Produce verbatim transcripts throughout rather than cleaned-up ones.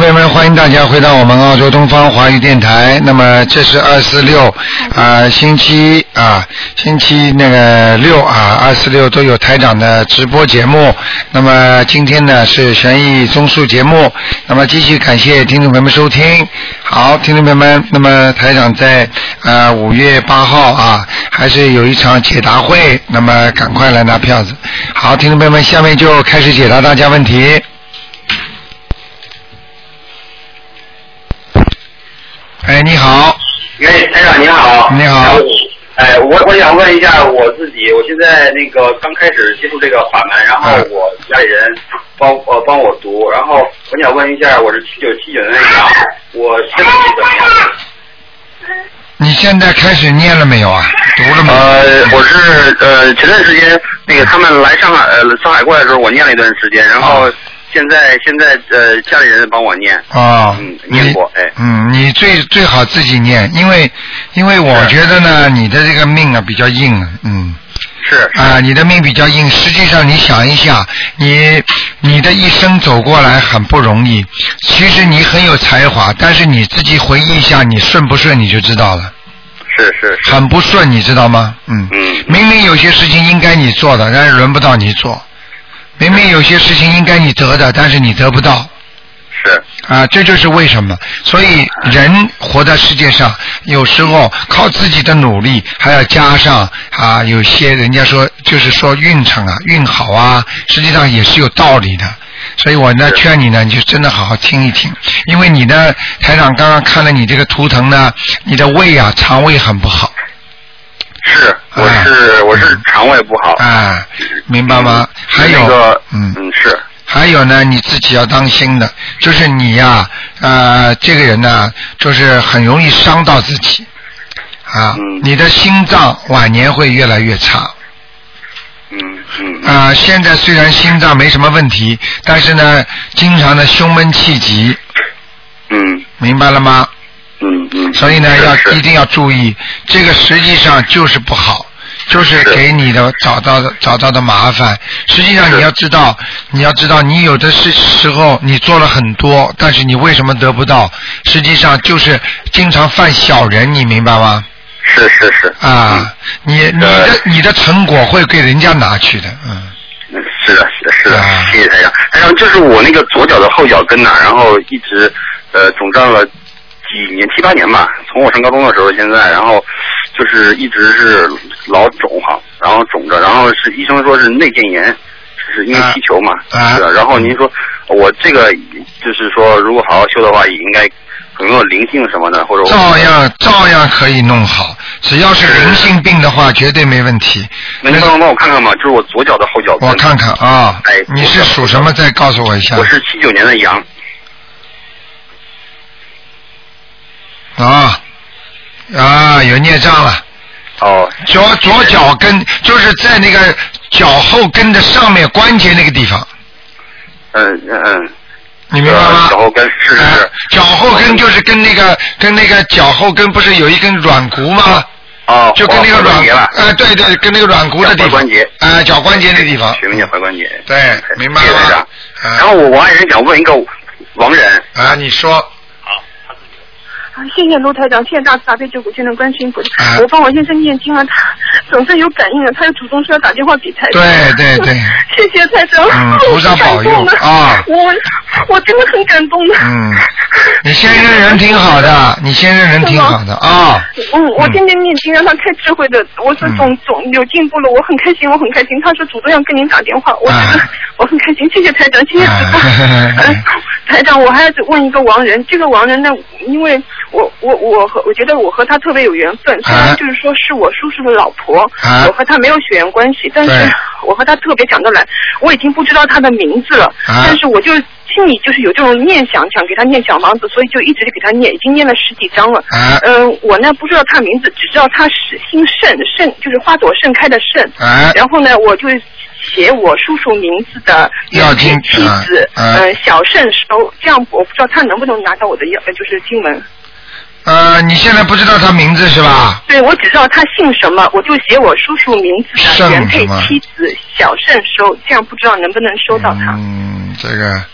朋友们，欢迎大家回到我们澳洲东方华语电台。那么这是二四六啊，星期啊，星期那个六啊，二四六都有台长的直播节目。那么今天呢是悬疑综述节目。那么继续感谢听众朋友们收听。好，听众朋友们，那么台长在呃五月八号啊，还是有一场解答会，那么赶快来拿票子。好，听众朋友们，下面就开始解答大家问题。哎，你好。 哎，台长你好。 你好。 哎，我我想问一下我自己，我现在那个刚开始接触这个法门，然后我家里人帮呃帮我读，然后我想问一下，我是七九七九年的羊，我身体怎么样？ 你现在开始念了没有啊？读了吗？ 呃，我是呃前段时间那个他们来上海呃上海过来的时候，我念了一段时间，然后。哦现在现在呃家里人帮我念啊， 嗯，念过哎， 嗯，你最最好自己念，因为因为我觉得呢，你的这个命啊比较硬，嗯， 是啊，你的命比较硬。实际上你想一下，你你的一生走过来很不容易，其实你很有才华，但是你自己回忆一下，你顺不顺你就知道了。 是是是， 很不顺，你知道吗？嗯嗯，明明有些事情应该你做的，但是轮不到你做。明明有些事情应该你得的，但是你得不到。 是啊，这就是为什么。所以人活在世界上，有时候靠自己的努力，还要加上啊，有些人家说就是说运程啊，运好啊，实际上也是有道理的。所以我呢劝你呢，你就真的好好听一听，因为你的台长刚刚看了你这个图腾呢，你的胃啊，肠胃很不好。 是，我是、啊、我是肠胃不好啊，明白吗？嗯、还有， 那个、 嗯嗯是， 还有呢，你自己要当心的，就是你呀、啊，呃，这个人呢，就是很容易伤到自己，啊，嗯、你的心脏晚年会越来越差。 嗯嗯。 啊、呃，现在虽然心脏没什么问题，但是呢，经常的胸闷气急。 嗯。 明白了吗？ 嗯嗯， 所以呢，要一定要注意，这个实际上就是不好，就是给你的找到的找到的麻烦。实际上你要知道，你要知道，你有的是时候你做了很多，但是你为什么得不到？实际上就是经常犯小人，你明白吗？ 是是是。 啊， 嗯、 你你的你的成果会给人家拿去的，嗯。 是的，是的，是的，啊、谢谢台长。台长，就是我那个左脚的后脚跟呐、啊，然后一直呃肿胀了。几年七八年吧，从我上高中的时候现在，然后就是一直是老肿哈，然后肿着，然后是医生说是内腱炎，是因为踢球嘛， 啊、 是的。然后您说我这个就是说，如果好好修的话，也应该有没有灵性什么的，或者照样照样可以弄好，只要是灵性病的话，绝对没问题。 那您帮帮我看看嘛，就是我左脚的后脚跟。 我看看啊， 哎， 你是属什么？再告诉我一下。 我是七九年的羊。 啊啊，有孽障了。 哦。 左左脚跟就是在那个脚后跟的上面关节那个地方。 嗯嗯嗯。 你明白吗？ 脚后跟是是。 呃、脚后跟就是跟那个跟那个脚后跟不是有一根软骨吗？ 哦。 就跟那个软啊、 呃，对对，跟那个软骨的地方。 脚关节。 啊、呃，脚关节那地方。 学名叫踝关节。 对，明白了吗？ 然后我我爱人想问一个亡人。 啊，你说。 谢谢卢台长，谢谢大慈大悲救苦救难观世音菩萨。啊、我帮我先生念经了，他总是有感应了，他又主动说要打电话给台长。 对对对。 谢谢台长， 嗯，菩萨保佑啊！ 我我真的很感动的。 嗯，你先生人挺好的，你先生人挺好的啊。 嗯，我天天念经让他开智慧的，我说总总有进步了，我很开心，我很开心。他说主动要跟您打电话，我觉得我很开心，谢谢台长，谢谢指导。嗯，台长，我还要问一个亡人，这个亡人呢，因为。我我我和我觉得我和他特别有缘分，虽然就是说是我叔叔的老婆，啊、我和他没有血缘关系，但是我和他特别讲得来。我已经不知道他的名字了，啊、但是我就心里就是有这种念想，想给他念小房子，所以就一直给他念，已经念了十几章了。嗯、啊呃，我呢不知道他名字，只知道他是姓盛，盛就是花朵盛开的盛。啊、然后呢，我就写我叔叔名字的要经妻子，嗯、啊呃，小盛收，这样我不知道他能不能拿到我的要，就是经文。 呃，你现在不知道他名字是吧？ 对，我只知道他姓什么，我就写我叔叔名字的原配妻子小盛收，这样不知道能不能收到他。 嗯，这个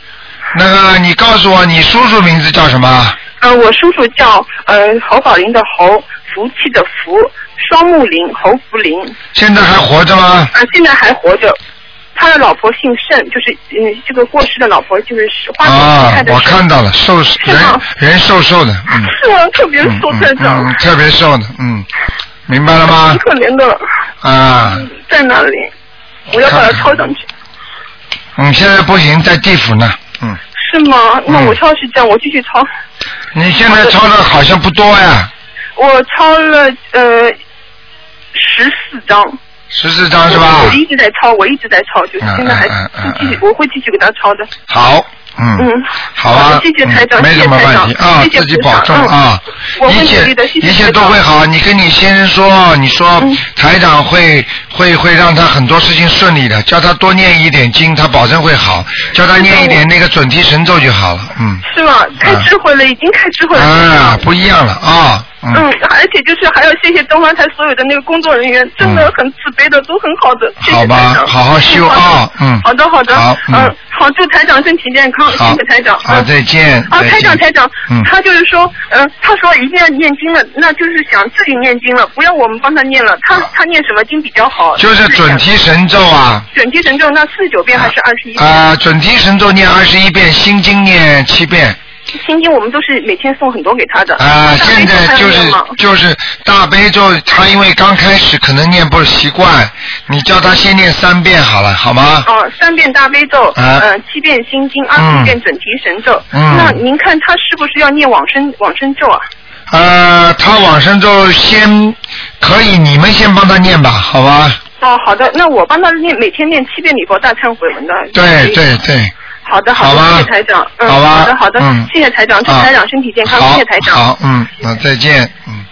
那个，你告诉我，你叔叔名字叫什么？ 呃，我叔叔叫呃侯宝林的侯，福气的福，双木林，侯福林。 现在还活着吗？ 呃，现在还活着。他的老婆姓盛，就是嗯，这个过世的老婆就是花啊， 开的我看到了，瘦人人瘦瘦的，嗯。 是啊，特别瘦台长、 嗯嗯。特别瘦的，嗯，明白了吗？ 很可怜的。 啊。 在哪里？我要把它抄上去。 嗯，现在不行，在地府呢，嗯。 是吗？那我抄是这样，我继续抄。 你现在抄的好像不多呀。 我抄了呃十四张。 十四张是吧？ 我一直在抄，我一直在抄，就是现在还继续，我会继续给他抄的。 好，嗯， 嗯， 好啊， 谢谢台长， 没什么问题啊，自己保重啊，一切一切都会好。你跟你先生说，你说台长会会会让他很多事情顺利的，叫他多念一点经，他保证会好。叫他念一点那个准提神咒就好了，嗯。 是吗？开智慧了，已经开智慧了。 啊，不一样了啊。 嗯, 嗯，而且就是还要谢谢东方台所有的那个工作人员，真的很慈悲的，嗯、都很好的。谢谢好吧，好好修啊，嗯。 好的，好的。 好， 嗯，嗯好，祝台长身体健康，谢谢台长。 好，再见。 啊，台长，台长， 嗯， 他就是说，嗯、呃，他说一定要念经了，那就是想自己念经了，不要我们帮他念了。他他念什么经比较好？ 就是准提神咒啊。 准提神咒那四十九遍还是二十一遍？ 啊，准提神咒念二十一遍，心经念七遍。 心经我们都是每天送很多给他的。 啊，现在就是就是大悲咒，他因为刚开始可能念不习惯，你叫他先念三遍好了，好吗？ 哦，三遍大悲咒， 啊、 呃，七遍心经，二十一遍准提神咒。嗯。那您看他是不是要念往生往生咒啊？ 呃，他往生咒先可以，你们先帮他念吧，好吧？ 哦，好的，那我帮他念，每天念七遍礼佛大忏悔文的。 对对对。 好的，好的，谢谢台长。嗯， 好吧， 好的，好的， 嗯， 谢谢台长，祝台长身体健康，谢谢台长。 好，嗯，那再见，嗯。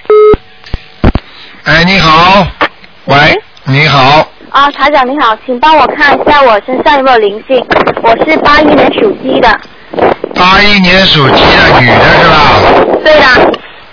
哎，你好，喂，你好。 啊，台长你好，请帮我看一下我身上有没有灵性。我是八一年属鸡的。 八一年属鸡的女的是吧？ 对的。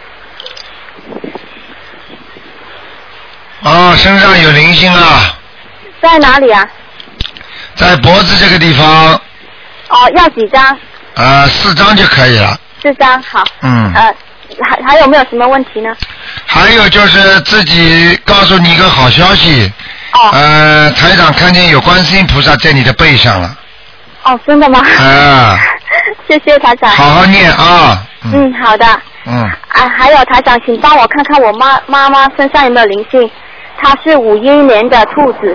哦，身上有灵性啊。 在哪里啊？ 在脖子这个地方。 哦，要几张？ 呃，四张就可以了。 四张，好。 嗯。 呃，还还有没有什么问题呢？ 还有就是自己告诉你一个好消息。 哦。 呃，台长看见有观世音菩萨在你的背上了。 哦，真的吗？ 啊。 谢谢台长。 好好念啊。 嗯, 嗯，好的。 嗯。 啊，还有台长，请帮我看看我妈妈妈身上有没有灵性？她是五一年的兔子。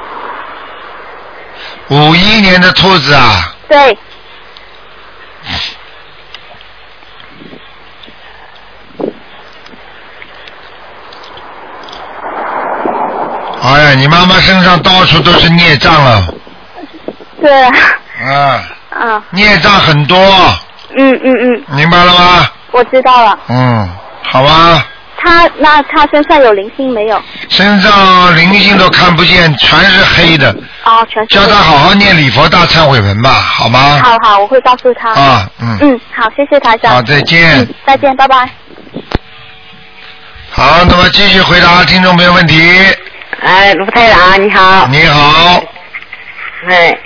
五一年的兔子啊。 对。 哎呀，你妈妈身上到处都是孽障了。 对啊。 啊。 啊。 孽障很多。 嗯嗯嗯。 明白了吗？ 我知道了。 嗯，好吧。 他那他身上有灵性没有？ 身上灵性都看不见，全是黑的。 哦，全是。 叫他好好念礼佛大忏悔文吧，好吗？ 好好，我会告诉他。 啊，嗯。 嗯，好，谢谢台长。 好，再见。 嗯，再见，拜拜。 好，那么继续回答听众朋友问题。 哎，卢台长你好。 你好。 哎。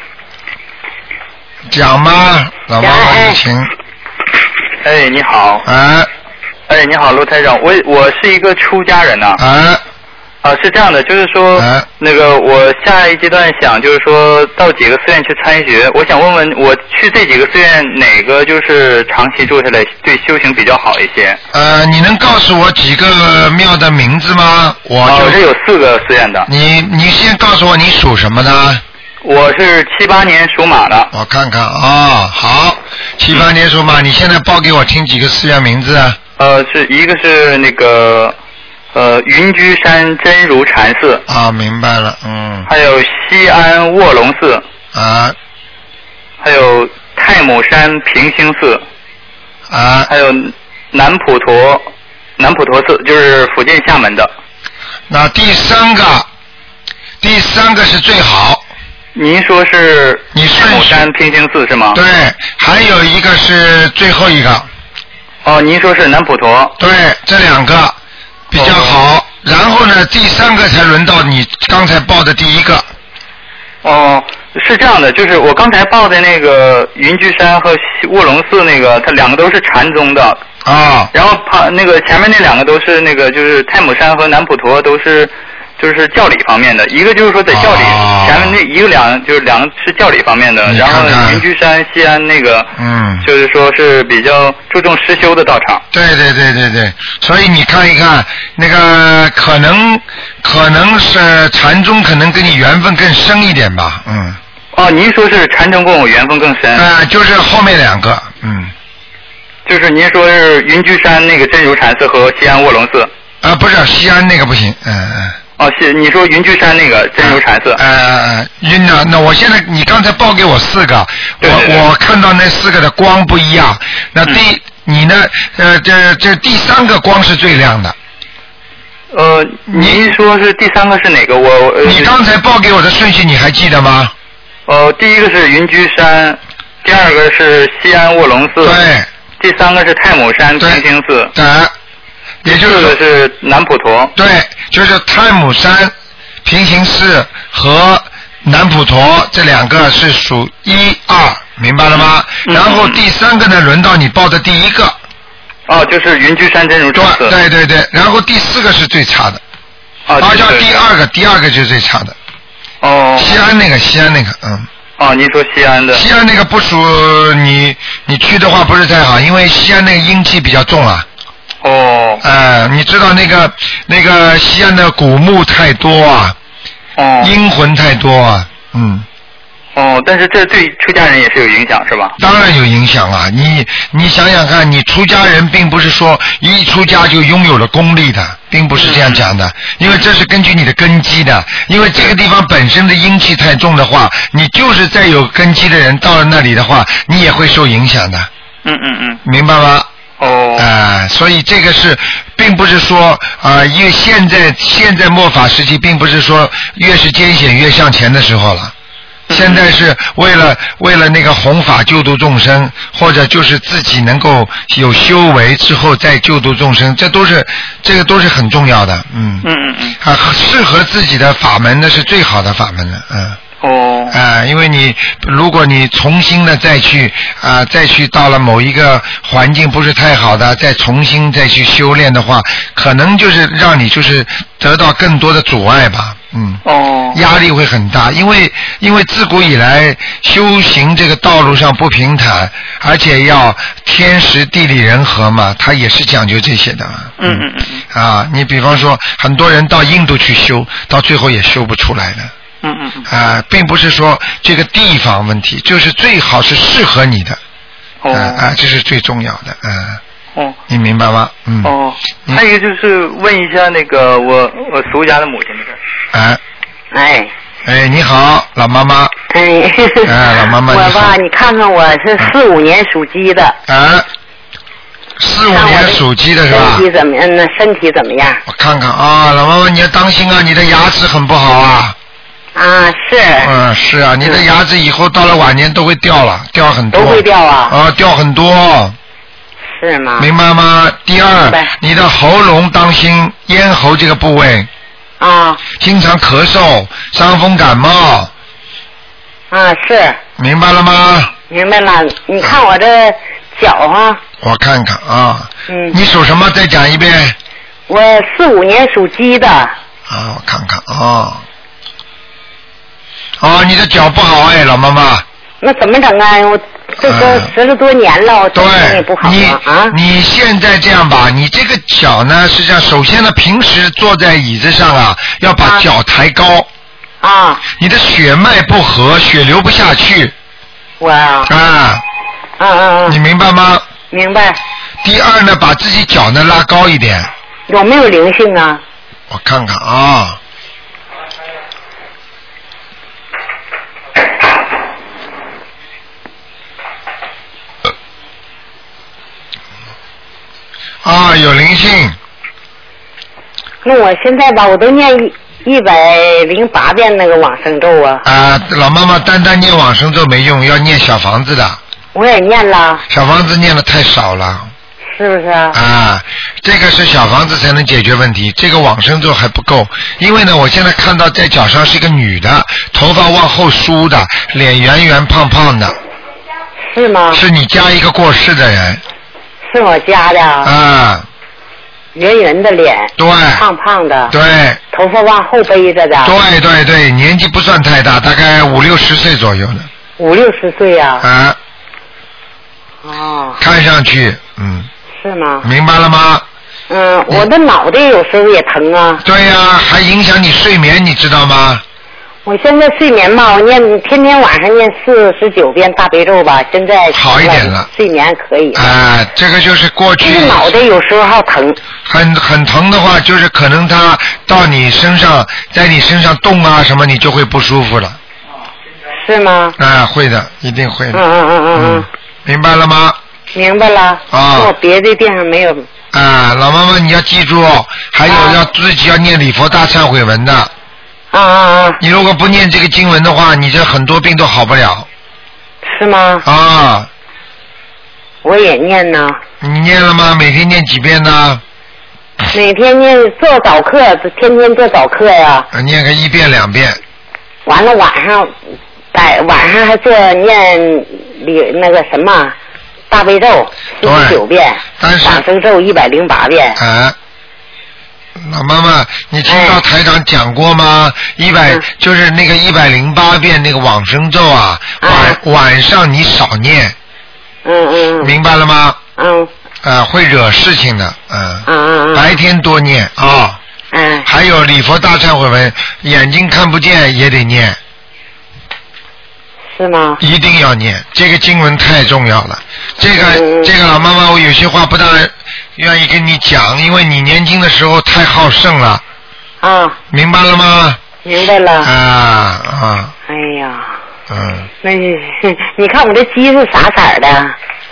讲吧，老妈妈你请。 哎，你好。 哎。 哎，你好，卢台长，我我是一个出家人呐、啊。 啊。 啊，是这样的，就是说， 啊、 那个我下一阶段想就是说到几个寺院去参学，我想问问，我去这几个寺院哪个就是长期住下来对修行比较好一些？ 呃，你能告诉我几个庙的名字吗？我就、 哦、这有四个寺院的。 你你先告诉我你属什么的？ 我是七八年属马的。 我看看啊、哦，好，七八年属马，你现在报给我听几个寺院名字啊？ 呃，是一个是那个呃云居山真如禅寺啊，明白了，嗯。 还有西安卧龙寺啊， 还有太姥山平兴寺啊， 还有南普陀南普陀寺，就是福建厦门的。 那第三个，第三个是最好。 您说是你太姥山平兴寺是吗？ 对，还有一个是最后一个。 哦，您说是南普陀？ 对，这两个比较好。哦、然后呢，第三个才轮到你刚才报的第一个。 哦， 是这样的，就是我刚才报的那个云居山和卧龙寺那个，它两个都是禅宗的啊。 然后旁那个前面那两个都是那个，就是太姥山和南普陀都是就是教理方面的。一个就是说在教理、啊、前面那一个两就是两个是教理方面的， 看看然后云居山西安那个， 嗯， 就是说是比较注重实修的道场。 对对对对对，所以你看一看那个可能可能是禅宗可能跟你缘分更深一点吧，嗯。 哦，您说是禅宗跟我缘分更深？ 啊、呃，就是后面两个，嗯。 就是您说是云居山那个真如禅寺和西安卧龙寺。 啊、呃，不是西安那个不行，嗯嗯。 哦，是你说云居山那个真如禅寺。 呃，晕呢？那我现在你刚才报给我四个， 对对对我我看到那四个的光不一样。那第、嗯、你呢？呃，这这第三个光是最亮的。 呃，您说是第三个是哪个？我、呃、 你刚才报给我的顺序你还记得吗？ 呃，第一个是云居山，第二个是西安卧龙寺， 对， 第三个是太姥山平行寺， 对，也就是说是南普陀， 对，就是太姥山平行寺和南普陀这两个是属一二，明白了吗？嗯、然后第三个呢，轮到你报的第一个。 哦，就是云居山真如禅寺。 对对对，然后第四个是最差的。 哦， 啊，叫第二个，第二个就是最差的。 哦。 西安那个，西安那个，嗯。 哦，您说西安的。 西安那个不属你，你去的话不是太好，因为西安那个阴气比较重啊。 哦。 呃，你知道那个那个西安的古墓太多啊。 哦。 阴魂太多啊，嗯。 哦，但是这对出家人也是有影响，是吧？ 当然有影响啊！你你想想看，你出家人并不是说一出家就拥有了功力的，并不是这样讲的，嗯、因为这是根据你的根基的。因为这个地方本身的阴气太重的话，你就是再有根基的人到了那里的话，你也会受影响的。 嗯嗯嗯。 明白吗？ 哦。 啊、呃，所以这个是，并不是说啊、呃，因为现在现在末法时期，并不是说越是艰险越向前的时候了。现在是为了为了那个弘法救度众生，或者就是自己能够有修为之后再救度众生，这都是这个都是很重要的，嗯嗯嗯嗯， 啊，适合自己的法门那是最好的法门了，嗯。 哦。 啊，因为你如果你重新的再去啊，再去到了某一个环境不是太好的，再重新再去修炼的话，可能就是让你就是得到更多的阻碍吧。嗯， 哦， 压力会很大，因为因为自古以来修行这个道路上不平坦，而且要天时地利人和嘛，它也是讲究这些的。 嗯嗯嗯。啊，你比方说很多人到印度去修，到最后也修不出来的。 嗯嗯嗯。 啊，并不是说这个地方问题，就是最好是适合你的。 哦。 啊啊，这是最重要的，嗯。 哦， 你明白吗？嗯。 哦，还有一个就是问一下那个我我俗家的母亲的事。 哎。 哎。 哎，你好，老妈妈。 哎。 哎，老妈妈你好。 我吧，你看看我是四五年属鸡的。 啊。四五年属鸡的是吧？ 身体怎么样呢？身体怎么样？ 我看看啊，老妈妈你要当心啊，你的牙齿很不好啊。 啊，是。 嗯，是啊，你的牙齿以后到了晚年都会掉了，掉很多。 都会掉啊。 啊，掉很多。 是吗？ 明白吗？第二，你的喉咙当心，咽喉这个部位。 啊。 经常咳嗽、伤风感冒。 啊，是。 明白了吗？ 明白了，你看我这脚啊。 我看看啊。 嗯。 你属什么？再讲一遍。 我四五年属鸡的。 啊，我看看啊。哦，你的脚不好哎，老妈妈。 那怎么整啊？我这都十十多年了，我身体也不好啊。啊。 你现在这样吧，你这个脚呢，实际上首先呢，平时坐在椅子上啊，要把脚抬高。 啊。 你的血脉不和，血流不下去。 我啊。 啊。 嗯嗯嗯。 你明白吗？ 明白。 第二呢，把自己脚呢拉高一点。 有没有灵性啊？ 我看看啊。啊，有灵性。 那我现在吧，我都念一一百零八遍那个往生咒啊。 啊，老妈妈单单念往生咒没用，要念小房子的。 我也念了。 小房子念的太少了。 是不是啊？ 啊，这个是小房子才能解决问题，这个往生咒还不够，因为呢，我现在看到在脚上是一个女的，头发往后梳的，脸圆圆胖胖的。 是吗？ 是你家一个过世的人。 是我家的。 啊。 圆圆的脸。 对。 胖胖的。 对。 头发往后背着的。 对对对，年纪不算太大，大概五六十岁左右的。 五六十岁呀。 啊。 哦。 看上去，嗯。 是吗？ 明白了吗？ 嗯，我的脑袋有时候也疼啊。 对呀、啊，还影响你睡眠，你知道吗？ 我现在睡眠吧，我念天天晚上念四十九遍大悲咒吧，现在好一点了， 睡眠可以。 啊，这个就是过去。 这个脑袋有时候还疼。 很很疼的话，就是可能它到你身上，在你身上动啊什么，你就会不舒服了。 是吗？ 啊，会的，一定会的。 嗯嗯嗯嗯嗯。 明白了吗？ 明白了。 啊。 我别的地方没有。 啊，老妈妈你要记住，还有要自己要念礼佛大忏悔文的。 啊啊啊！ 你如果不念这个经文的话，你这很多病都好不了。 是吗？ 啊。 我也念呢。 你念了吗？每天念几遍呢？ 每天念做早课，天天做早课呀。 啊，念个一遍两遍。 完了晚上，在晚上还做念里那个什么大悲咒四十九遍，往生咒一百零八遍。 啊。老妈妈，你听到台长讲过吗？一百、嗯、就是那个一百零八遍那个往生咒啊，晚、啊、晚上你少念。 嗯嗯。 明白了吗？ 嗯。 啊，会惹事情的，嗯。 嗯嗯。 白天多念啊。哦、 嗯。 还有礼佛大忏悔文，眼睛看不见也得念。 是吗？ 一定要念，这个经文太重要了。这个、嗯、这个老妈妈，我有些话不大愿意跟你讲，因为你年轻的时候太好胜了。 啊。 明白了吗？ 明白了。 啊啊。 哎呀。 嗯。 那你你看我这鸡是啥色的？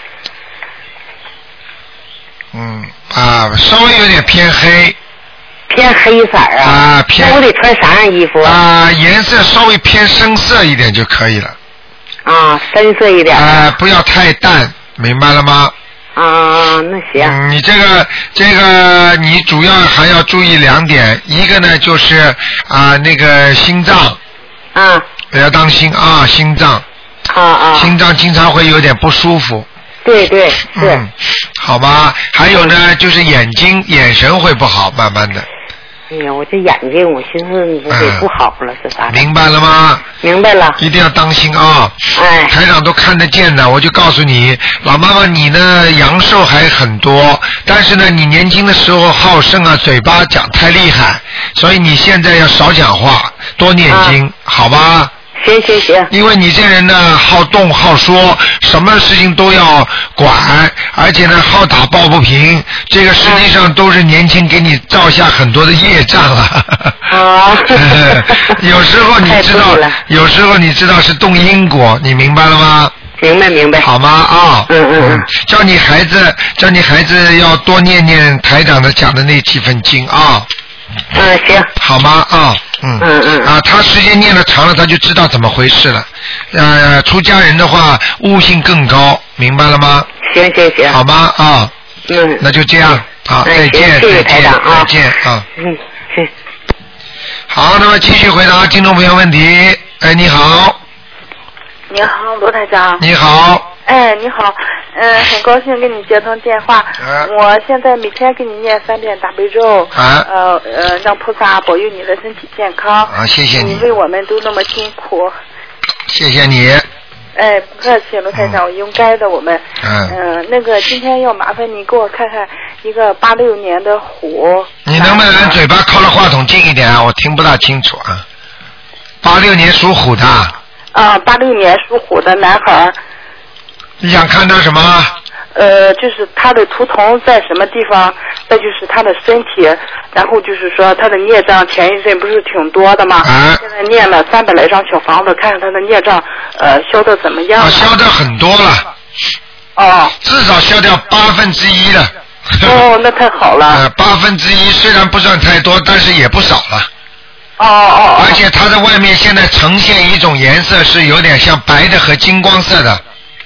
嗯啊，稍微有点偏黑。 偏黑色啊。 啊，偏。 那我得穿啥样衣服？ 啊，颜色稍微偏深色一点就可以了。 啊，深色一点。 啊，不要太淡，明白了吗？ 啊，那行。 嗯，你这个这个，你主要还要注意两点，一个呢就是啊那个心脏。 啊。 要当心啊，心脏。 啊啊。 心脏经常会有点不舒服。 对对是。 嗯，好吧。还有呢，就是眼睛眼神会不好，慢慢的。 哎呀，我这眼睛，我寻思这得不好了，是啥？ 明白了吗？ 明白了。 一定要当心啊！ 哎， 台长都看得见的，我就告诉你，老妈妈，你呢阳寿还很多，但是呢，你年轻的时候好胜啊，嘴巴讲太厉害，所以你现在要少讲话，多念经，啊、好吧？ 行行行。 因为你这人呢，好动好说，什么事情都要管，而且呢，好打抱不平，这个实际上都是年轻给你造下很多的业障啊。 啊。 有时候你知道，有时候你知道是动因果，你明白了吗？ 明白明白。 好吗？啊。 嗯嗯嗯。 叫你孩子，叫你孩子要多念念台长的讲的那几份经啊。 嗯，行。 好吗？啊。嗯嗯嗯啊，他时间念的长了，他就知道怎么回事了。呃，出家人的话，悟性更高，明白了吗？ 行行行。 好吗？啊。 嗯。 那就这样，好，再见， 谢谢台长啊， 再见啊。 嗯，是。 好，那么继续回答听众朋友问题。哎，你好。 你好，罗台长。 你好。 哎，你好，嗯，很高兴跟你接通电话。 啊、 我现在每天给你念三遍大悲咒， 啊、 呃呃，让菩萨保佑你的身体健康。 啊，谢谢你。 你为我们都那么辛苦。 谢谢你。 哎，不客气，罗台长，我应该的，我们。 嗯。 嗯、呃，那个今天要麻烦你给我看看一个八六年的虎。 你能不能嘴巴靠了话筒近一点啊？我听不大清楚啊。八六年属虎的。 啊，八六年属虎的男孩。 你想看他什么？ 呃，就是他的图腾在什么地方，再就是他的身体，然后就是说他的孽障前一阵不是挺多的吗？ 啊。 现在念了三百来张小房子，看看他的孽障呃消的怎么样？ 啊，消的很多了。 哦。 至少消掉八分之一了。 哦，那太好了。 呃，八分之一虽然不算太多，但是也不少了。 哦哦。 而且它的外面现在呈现一种颜色是有点像白的和金光色的。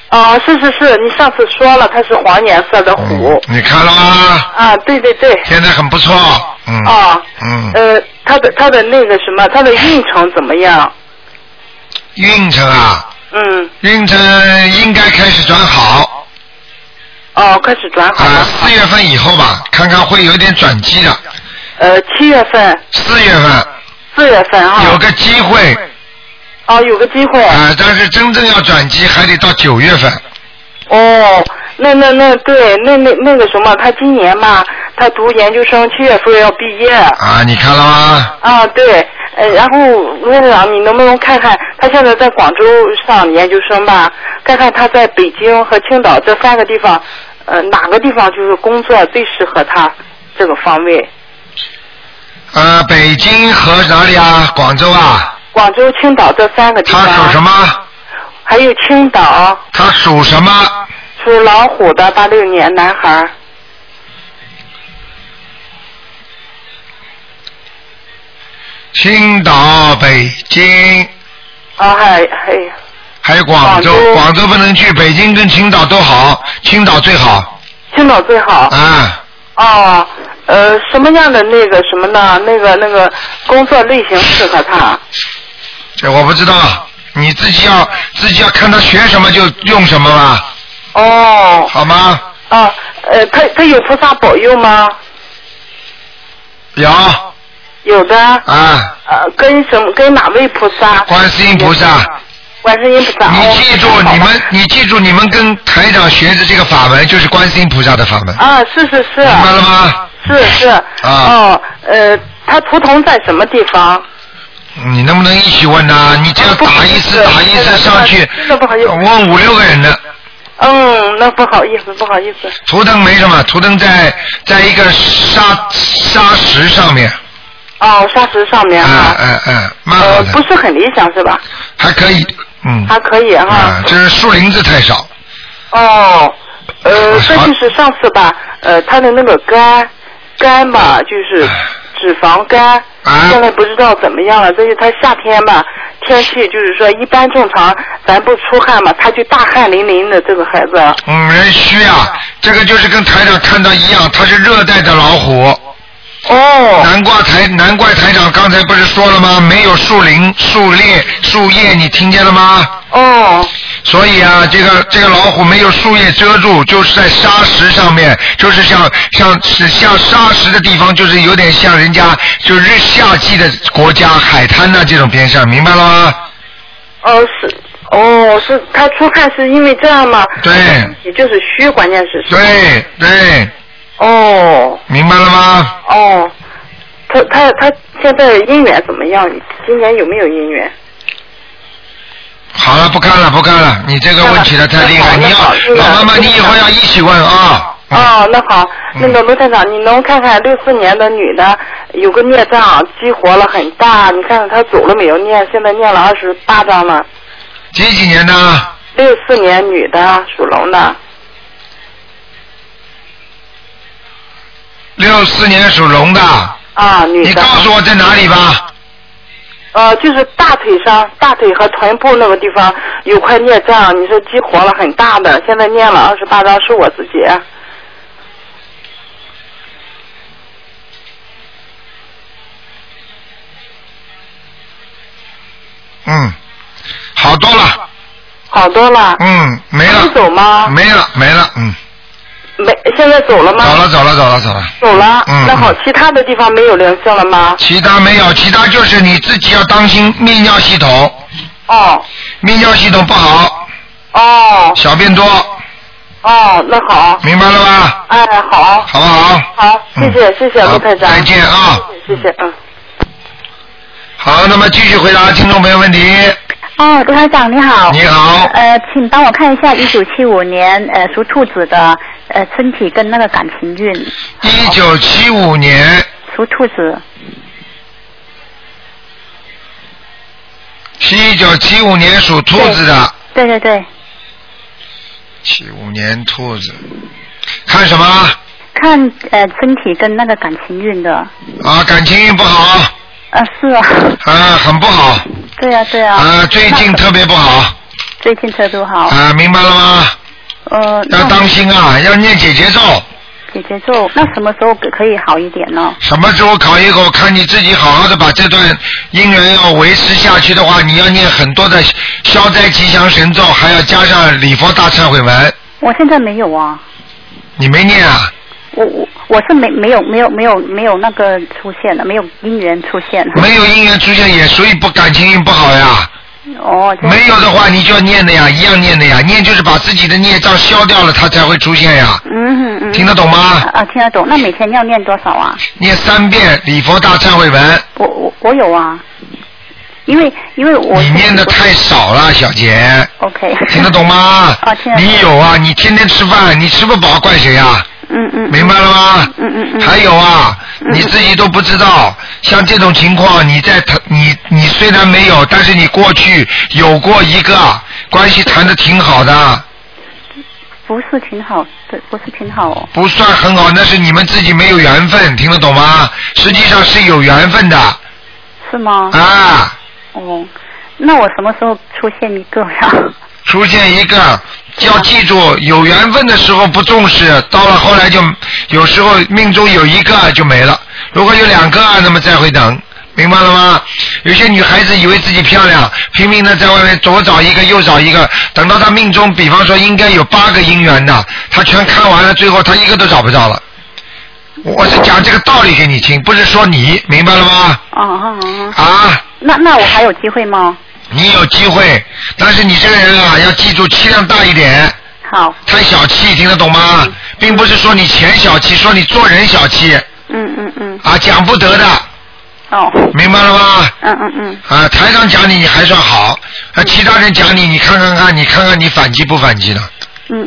哦，是是是，你上次说了，它是黄颜色的虎。 嗯、你看了吗？ 啊，对对对。 现在很不错。嗯。 哦。 嗯。 呃，它的它的那个什么，它的运程怎么样？ 运程啊。 嗯。 运程应该开始转好。 哦，开始转好了。 啊，四月份以后吧，看看会有点转机的。 呃，七月份。 四月份。 四月份啊。 有个机会。 哦，有个机会。 啊，但是真正要转机还得到九月份。 哦，那那那对，那那那个什么，他今年嘛，他读研究生，七月份要毕业。 啊，你看了吗？ 啊，对，呃，然后卢院长，你能不能看看他现在在广州上研究生吧？看看他在北京和青岛这三个地方，呃，哪个地方就是工作最适合他这个方位？ 呃，北京和哪里啊？广州啊？ 广州、青岛这三个地方。 他属什么？ 还有青岛。 他属什么？ 属老虎的，八六年男孩。 青岛、北京。 啊，还还。 还有广州，广州不能去，北京跟青岛都好，青岛最好。 青岛最好。 啊。 哦，呃，什么样的那个什么呢？那个那个工作类型适合他？ 这我不知道，你自己要自己要看他学什么就用什么吧。 哦。 好吗？ 啊，呃，他他有菩萨保佑吗？ 有。 有的。 啊。 呃，跟什么？跟哪位菩萨？ 观世音菩萨。 观世音菩萨。 你记住，你们你记住，你们跟台长学的这个法门就是观世音菩萨的法门。 啊，是是是。 明白了吗？ 是是。啊。哦，呃，他图腾在什么地方？ 你能不能一起问呢、啊？你这样打一次打一次上去，问五六个人的。 嗯，那不好意思，不好意思。 图腾没什么，图腾在在一个沙沙石上面。 哦，沙石上面啊。 嗯嗯嗯，蛮好的。 呃，不是很理想是吧？ 还可以，嗯。 还可以哈。 啊，就是树林子太少。 哦，呃，这就是上次吧，呃，他的那个肝肝吧，就是脂肪肝， 啊、 现在不知道怎么样了。这是他夏天吧，天气就是说一般正常，咱不出汗嘛，他就大汗淋淋的这个孩子。 嗯，人虚啊，这个就是跟台长看到一样，他是热带的老虎。 哦。 难怪台难怪台长刚才不是说了吗？没有树林、树叶、树叶，你听见了吗？ 哦。 所以啊，这个这个老虎没有树叶遮住，就是在沙石上面，就是像像是像沙石的地方，就是有点像人家就是夏季的国家海滩呐、啊、这种边上，明白了吗？ 哦，是。哦，是他出汗是因为这样吗？ 对。 也就是虚，关键是。 对对。 哦。 明白了吗？ 哦，他他他现在姻缘怎么样？今年有没有姻缘？ 好了，不看了，不看了，你这个问题的太厉害，你要老妈妈，你以后要一起问啊。 哦，那好，那个卢台长，你能看看六四年的女的有个孽障激活了很大，你看看她走了没有？念现在念了二十八章了。 几几年的？ 六四年女的，属龙的。 六四年属龙的。 啊，女的。 你告诉我在哪里吧。 呃，就是大腿上，大腿和臀部那个地方有块孽障，你说激活了很大的，现在念了二十八章，是我自己。 嗯，好多了。 好多了。 嗯，没了。 走吗？ 没了，没了，嗯。 没，现在走了吗？ 走了，走了，走了，走了。 走了。 嗯。 那好，其他的地方没有灵性了吗？ 其他没有，其他就是你自己要当心泌尿系统。 哦。 泌尿系统不好。 哦。 小便多。 哦，那好。 明白了吧？ 哎，好。 好不好？ 好，谢谢，谢谢卢台长。 再见啊！ 谢谢，嗯。 好，那么继续回答听众朋友问题。 哦，卢台长你好。 你好。 呃，请帮我看一下一九七五年呃属兔子的呃身体跟那个感情运。 一九七五年。 属兔子。 一九七五年属兔子的。 对对对。 七五年兔子，看什么？ 看呃身体跟那个感情运的。 啊，感情运不好。 啊，是啊。 啊，很不好。 对啊，对啊。 啊，最近特别不好。 最近车都好。 啊，明白了吗？ 呃。 要当心啊，要念姐姐咒。 姐姐咒，那什么时候可以好一点呢？ 什么时候考一口？看你自己好好的把这段姻缘要维持下去的话，你要念很多的消灾吉祥神咒，还要加上礼佛大忏悔文。 我现在没有啊。 你没念啊？ 我我我是没没有没有没有没有那个出现了，没有姻缘出现。 没有姻缘出现也属于不感情运不好呀。 哦。 没有的话你就要念的呀，一样念的呀，念就是把自己的孽障消掉了，它才会出现呀。 嗯嗯。 听得懂吗？ 啊，听得懂。那每天要念多少啊？ 念三遍礼佛大忏悔文。 我我我有啊。因为因为我你念的太少了，小姐。 OK。 听得懂吗？ 啊，听得懂。 你有啊，你天天吃饭，你吃不饱怪谁呀？ 嗯嗯。 明白了吗？ 嗯嗯嗯。 还有啊， 嗯、 你自己都不知道，像这种情况，你在谈你你虽然没有，但是你过去有过一个关系谈的挺好的。 不是挺好，对，不是挺好哦。 不算很好，那是你们自己没有缘分，听得懂吗？实际上是有缘分的。 是吗？ 啊。 哦，那我什么时候出现一个呀？ 出现一个，要记住，有缘分的时候不重视，到了后来就有时候命中有一个就没了。如果有两个，那么再会等，明白了吗？有些女孩子以为自己漂亮，拼命的在外面左找一个右找一个，等到她命中，比方说应该有八个姻缘的，她全看完了，最后她一个都找不着了。我是讲这个道理给你听，不是说你明白了吗？ 啊啊啊！ 啊。 那那我还有机会吗？ 你有机会，但是你这个人啊，要记住气量大一点。 好。 太小气，听得懂吗？嗯、并不是说你钱小气，说你做人小气。 嗯嗯嗯。 啊，讲不得的。 哦。明白了吗？ 嗯嗯嗯。 啊，台上讲你你还算好，啊，其他人讲你，你看看看，你看看你反击不反击呢？ 嗯。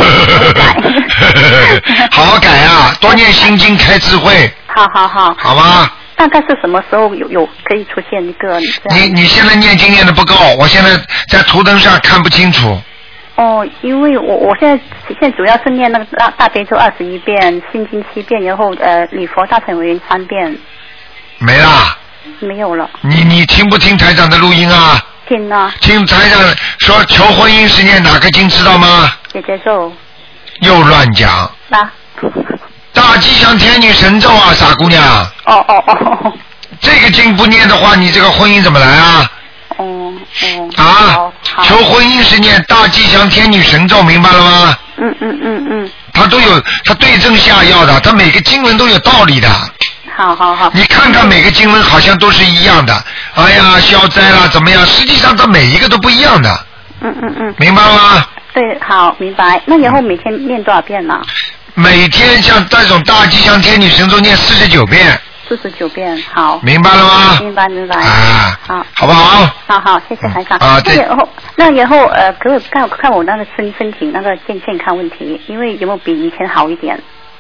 好好改啊，多念心经，开智慧。 好好好。 好吗？ 大概是什么时候有有可以出现一个？ 你你现在念经念的不够，我现在在图腾上看不清楚。 哦，因为我我现在现在主要是念那个大大悲咒二十一遍，心经七遍，然后呃礼佛大忏悔文三遍。 没啦。 没有了。 你你听不听台长的录音啊？ 听啊。 听台长说求婚姻是念哪个经知道吗？ 姐姐咒。 又乱讲。 那。 大吉祥天女神咒啊，傻姑娘。 哦哦哦。 这个经不念的话，你这个婚姻怎么来啊？ 哦哦。 啊。求婚姻是念大吉祥天女神咒，明白了吗？ 嗯嗯嗯嗯。 它都有，它对症下药的，它每个经文都有道理的。 好好好。 你看看每个经文好像都是一样的，哎呀消灾啦怎么样？实际上它每一个都不一样的。 嗯嗯嗯。 明白了吗？ 对，好，明白。那以后每天念多少遍呢？ 每天像这种大吉祥天女神咒念四十九遍。 四十九遍，好。 明白了吗？ 明白明白。 啊。 好。 好不好？ 好好，谢谢台长。 啊，对。 那以后，那以后呃，可不可以看看我那个身身体那个健健康问题？因为有没有比以前好一点？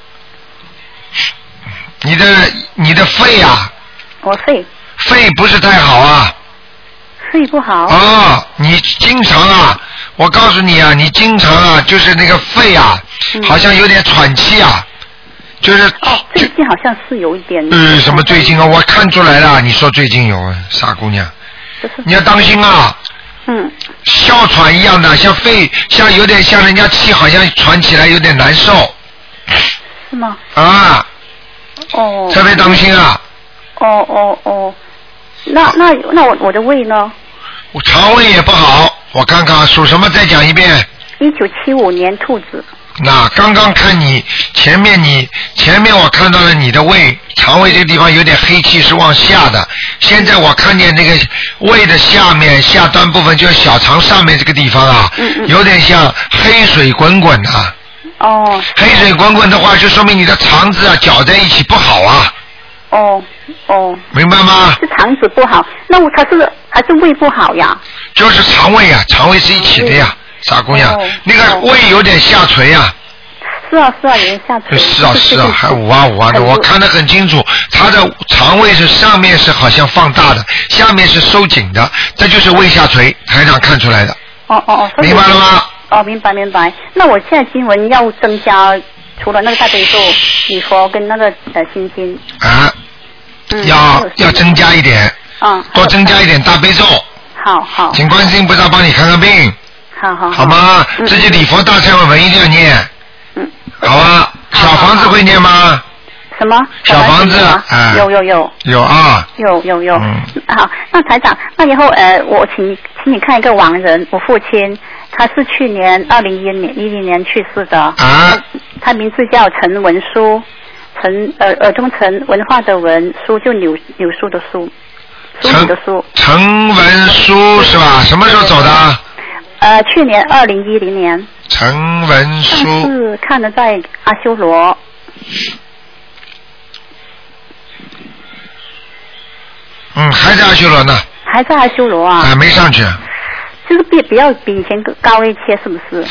你的你的肺啊。 我肺。 肺不是太好啊。 肺不好。 哦，你经常啊，我告诉你啊，你经常啊，就是那个肺啊，嗯、好像有点喘气啊，就是。 哦，最近好像是有一点。 嗯，什么最近啊？我看出来了，你说最近有，傻姑娘。你要当心啊。 嗯。 哮喘一样的，像肺，像有点像人家气，好像喘起来有点难受。 是吗？ 啊。 哦。 特别当心啊。 哦哦哦。那那那我我的胃呢？ 我肠胃也不好，我看看属什么，再讲一遍。 一九七五年兔子。 那刚刚看你前面你前面我看到了你的胃肠胃这个地方有点黑气是往下的，现在我看见那个胃的下面下端部分就是小肠上面这个地方啊， 嗯嗯有点像黑水滚滚的。 哦。 黑水滚滚的话，就说明你的肠子啊搅在一起不好啊。 哦哦。 明白吗？ 是肠子不好，那我还是还是胃不好呀？ 就是肠胃啊，肠胃是一起的呀，傻姑娘， 哦、 那个胃有点下垂呀、啊。 是啊是啊，有点下垂。 是啊是啊，还五啊五啊的，我看得很清楚，他的肠胃是上面是好像放大的，下面是收紧的，这就是胃下垂，台长看出来的。 哦哦哦。 明白了吗？ 哦，明白明白。那我现在经文要增加，除了那个大悲咒、礼佛跟那个呃心经。 啊。嗯、要要增加一点。 嗯。 多增加一点大悲咒。 好好。 请观世音菩萨帮你看看病。 好好。 好吗？ 嗯、 自己礼佛大忏悔文一定要念。 嗯。 好吧。小房子会念吗？ 什么？ 小房子啊？有有有。 有啊。 有有有。 嗯。 好，那台长，那以后呃，我请请你看一个亡人，我父亲，他是去年二零一年一零年去世的。 啊。 他名字叫陈文书，陈呃耳中陈，文化的文，书就柳柳树的树，书里的书。 陈文书是吧？什么时候走的？ 呃，去年二零一零年。 陈文书。 上次看的在阿修罗。 嗯，还在阿修罗呢。 还在阿修罗啊？ 啊，没上去。 就是比比较比以前高一些，是不是？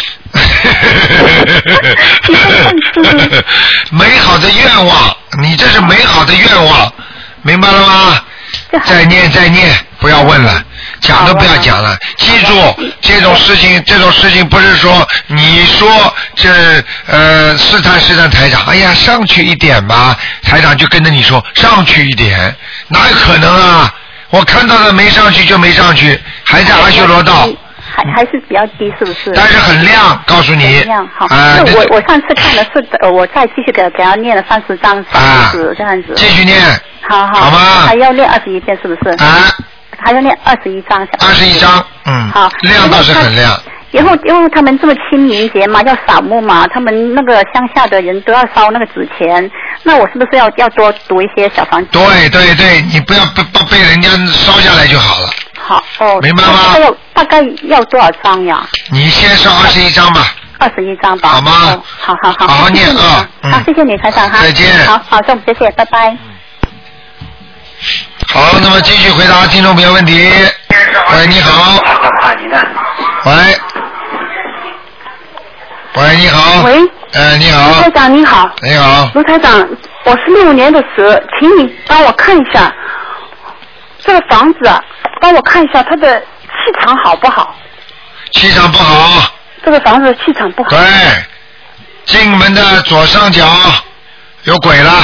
美好的愿望，你这是美好的愿望，明白了吗？再念再念，不要问了，讲都不要讲了。记住，这种事情，这种事情不是说你说这呃试探试探台长，哎呀上去一点吧，台长就跟着你说上去一点，哪有可能啊？我看到的没上去就没上去，还在阿修罗道。 还还是比较低，是不是？ 但是很亮，告诉你。 很亮，好。 啊、 那我我上次看的是，呃，我再继续给给他念了三十张小房子、啊、这样子。 继续念。 好好。 好吗？ 还要念二十一遍，是不是？ 啊。 还要念二十一张小房子。 二十一张，嗯。 好。 亮倒是很亮。 然后因为他们这么清明节嘛，要扫墓嘛，他们那个乡下的人都要烧那个纸钱，那我是不是要要多读一些小房子？ 对对对，你不要被被人家烧下来就好了。 好哦。 明白吗？ 大概要大概要多少张呀？ 你先烧二十一张吧。 二十一张吧。 好吗？ 哦、好好好。 好好念啊。 好，谢谢你台长哈。 再见。 好，保重，谢谢，拜拜。 好，那么继续回答听众朋友问题。喂，你好。喂。喂，你好。 喂。 呃，你好。 卢台长，你好。 你好。 卢台长，我是六年的蛇，请你帮我看一下这个房子啊，帮我看一下它的气场好不好？ 气场不好。 这个房子气场不好。 对，进门的左上角有鬼了。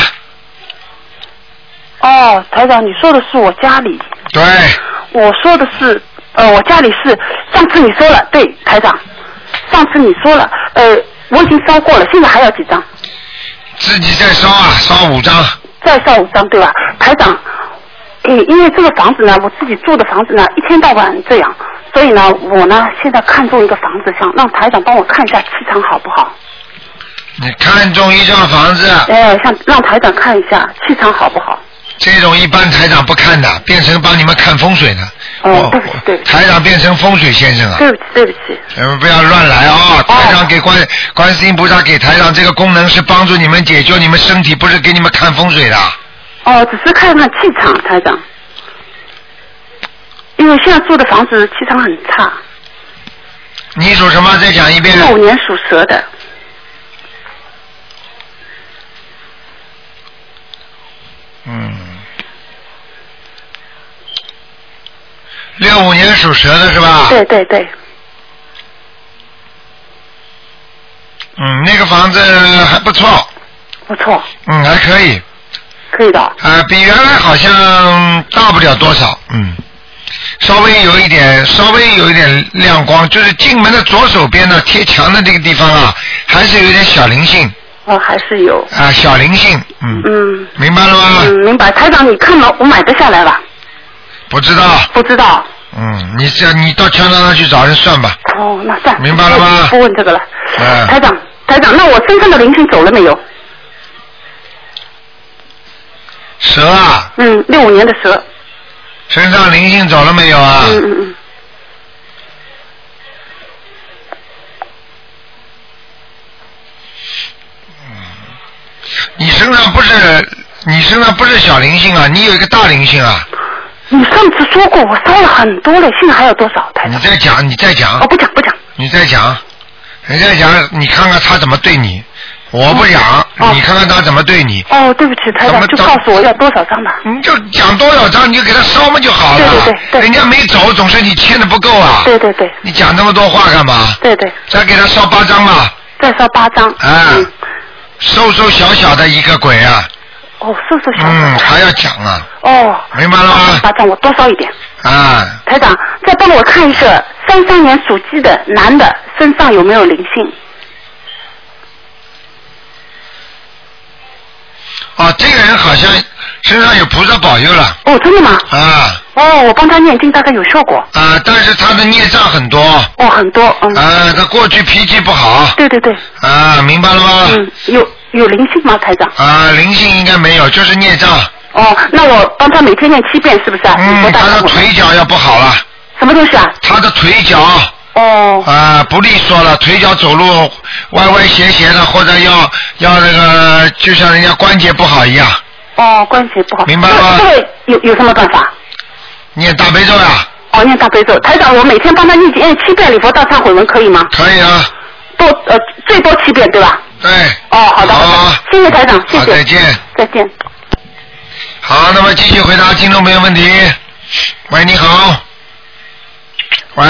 哦，台长，你说的是我家里。 对。 我说的是，呃，我家里是上次你说了，对，台长，上次你说了，呃，我已经烧过了，现在还要几张？ 自己再烧啊，烧五张。 再烧五张，对吧？台长，诶，因为这个房子呢，我自己住的房子呢，一天到晚这样，所以呢，我呢现在看中一个房子，想让台长帮我看一下气场好不好？ 你看中一幢房子？ 哎，想让台长看一下气场好不好？ 这种一般台长不看的，变成帮你们看风水的。 哦，对不起，对不起。 台长变成风水先生啊！ 对不起，对不起。 你们不要乱来啊！台长给观观世音菩萨给台长这个功能是帮助你们解救你们身体，不是给你们看风水的。 哦，只是看看气场，台长。因为现在住的房子气场很差。 你属什么？再讲一遍。 六五年属蛇的。 嗯。六五年属蛇的是吧？ 对对对。 嗯，那个房子还不错。 不错。 嗯，还可以。 可以的。 啊、呃，比原来好像大不了多少，嗯，稍微有一点，稍微有一点亮光，就是进门的左手边呢，贴墙的这个地方啊，还是有点小灵性。 哦，还是有。 啊、呃，小灵性，嗯。 嗯。 明白了吗？ 嗯，明白。台长，你看吗？我买得下来吧？ 不知道。 不知道。 嗯，你这你到墙上去找人算吧。 哦，那算。 明白了吗？ 不问这个了。 嗯。 台长，台长，那我身上的灵性走了没有？ 蛇啊。 嗯，六五年的蛇。 身上灵性走了没有啊？ 嗯嗯嗯。 你身上不是你身上不是小灵性啊，你有一个大灵性啊。 你上次说过我烧了很多了，现在还有多少？台长。 你再讲，你再讲。 哦，不讲不讲。 你再讲，你再讲，你看看他怎么对你。我不讲， 哦、 你看看他怎么对你。 哦，对不起，台长，就告诉我要多少张吧。 你就讲多少张，你就给他烧嘛就好了。 对对对对。 人家没走，总是你欠的不够啊。 对对对。 你讲那么多话干嘛？ 对对。 再给他烧八张吧。 再烧八张。 啊。嗯、瘦瘦小小的一个鬼啊。 哦，瘦瘦小小。 嗯，还要讲啊。 哦， 明白了吗？ 把账我多烧一点。 啊。 台长，再帮我看一个三三年属鸡的男的身上有没有灵性？ 哦，这个人好像身上有菩萨保佑了。 哦，真的吗？ 啊。 哦，我帮他念经大概有效果。 啊，但是他的孽障很多。 哦，很多，嗯。 啊，他过去脾气不好。 对对对。 啊，明白了吗？ 嗯，有有灵性吗，台长？ 啊，灵性应该没有，就是孽障。 哦，那我帮他每天念七遍，是不是啊？ 嗯，他的腿脚要不好了。 什么东西啊？ 他的腿脚。 哦。 啊，不利索了，腿脚走路歪歪斜斜的，或者要要那个，就像人家关节不好一样。 哦，关节不好。 明白吗？ 这个有有什么办法？ 念大悲咒呀。 哦，念大悲咒。台长，我每天帮他念念七遍礼佛大忏悔文，可以吗？ 可以啊。 多呃，最多七遍，对吧？ 对。 哦，好的，好的，谢谢台长，谢谢。 好，再见。 再见。 好，那么继续回答听众朋友问题。喂，你好。喂。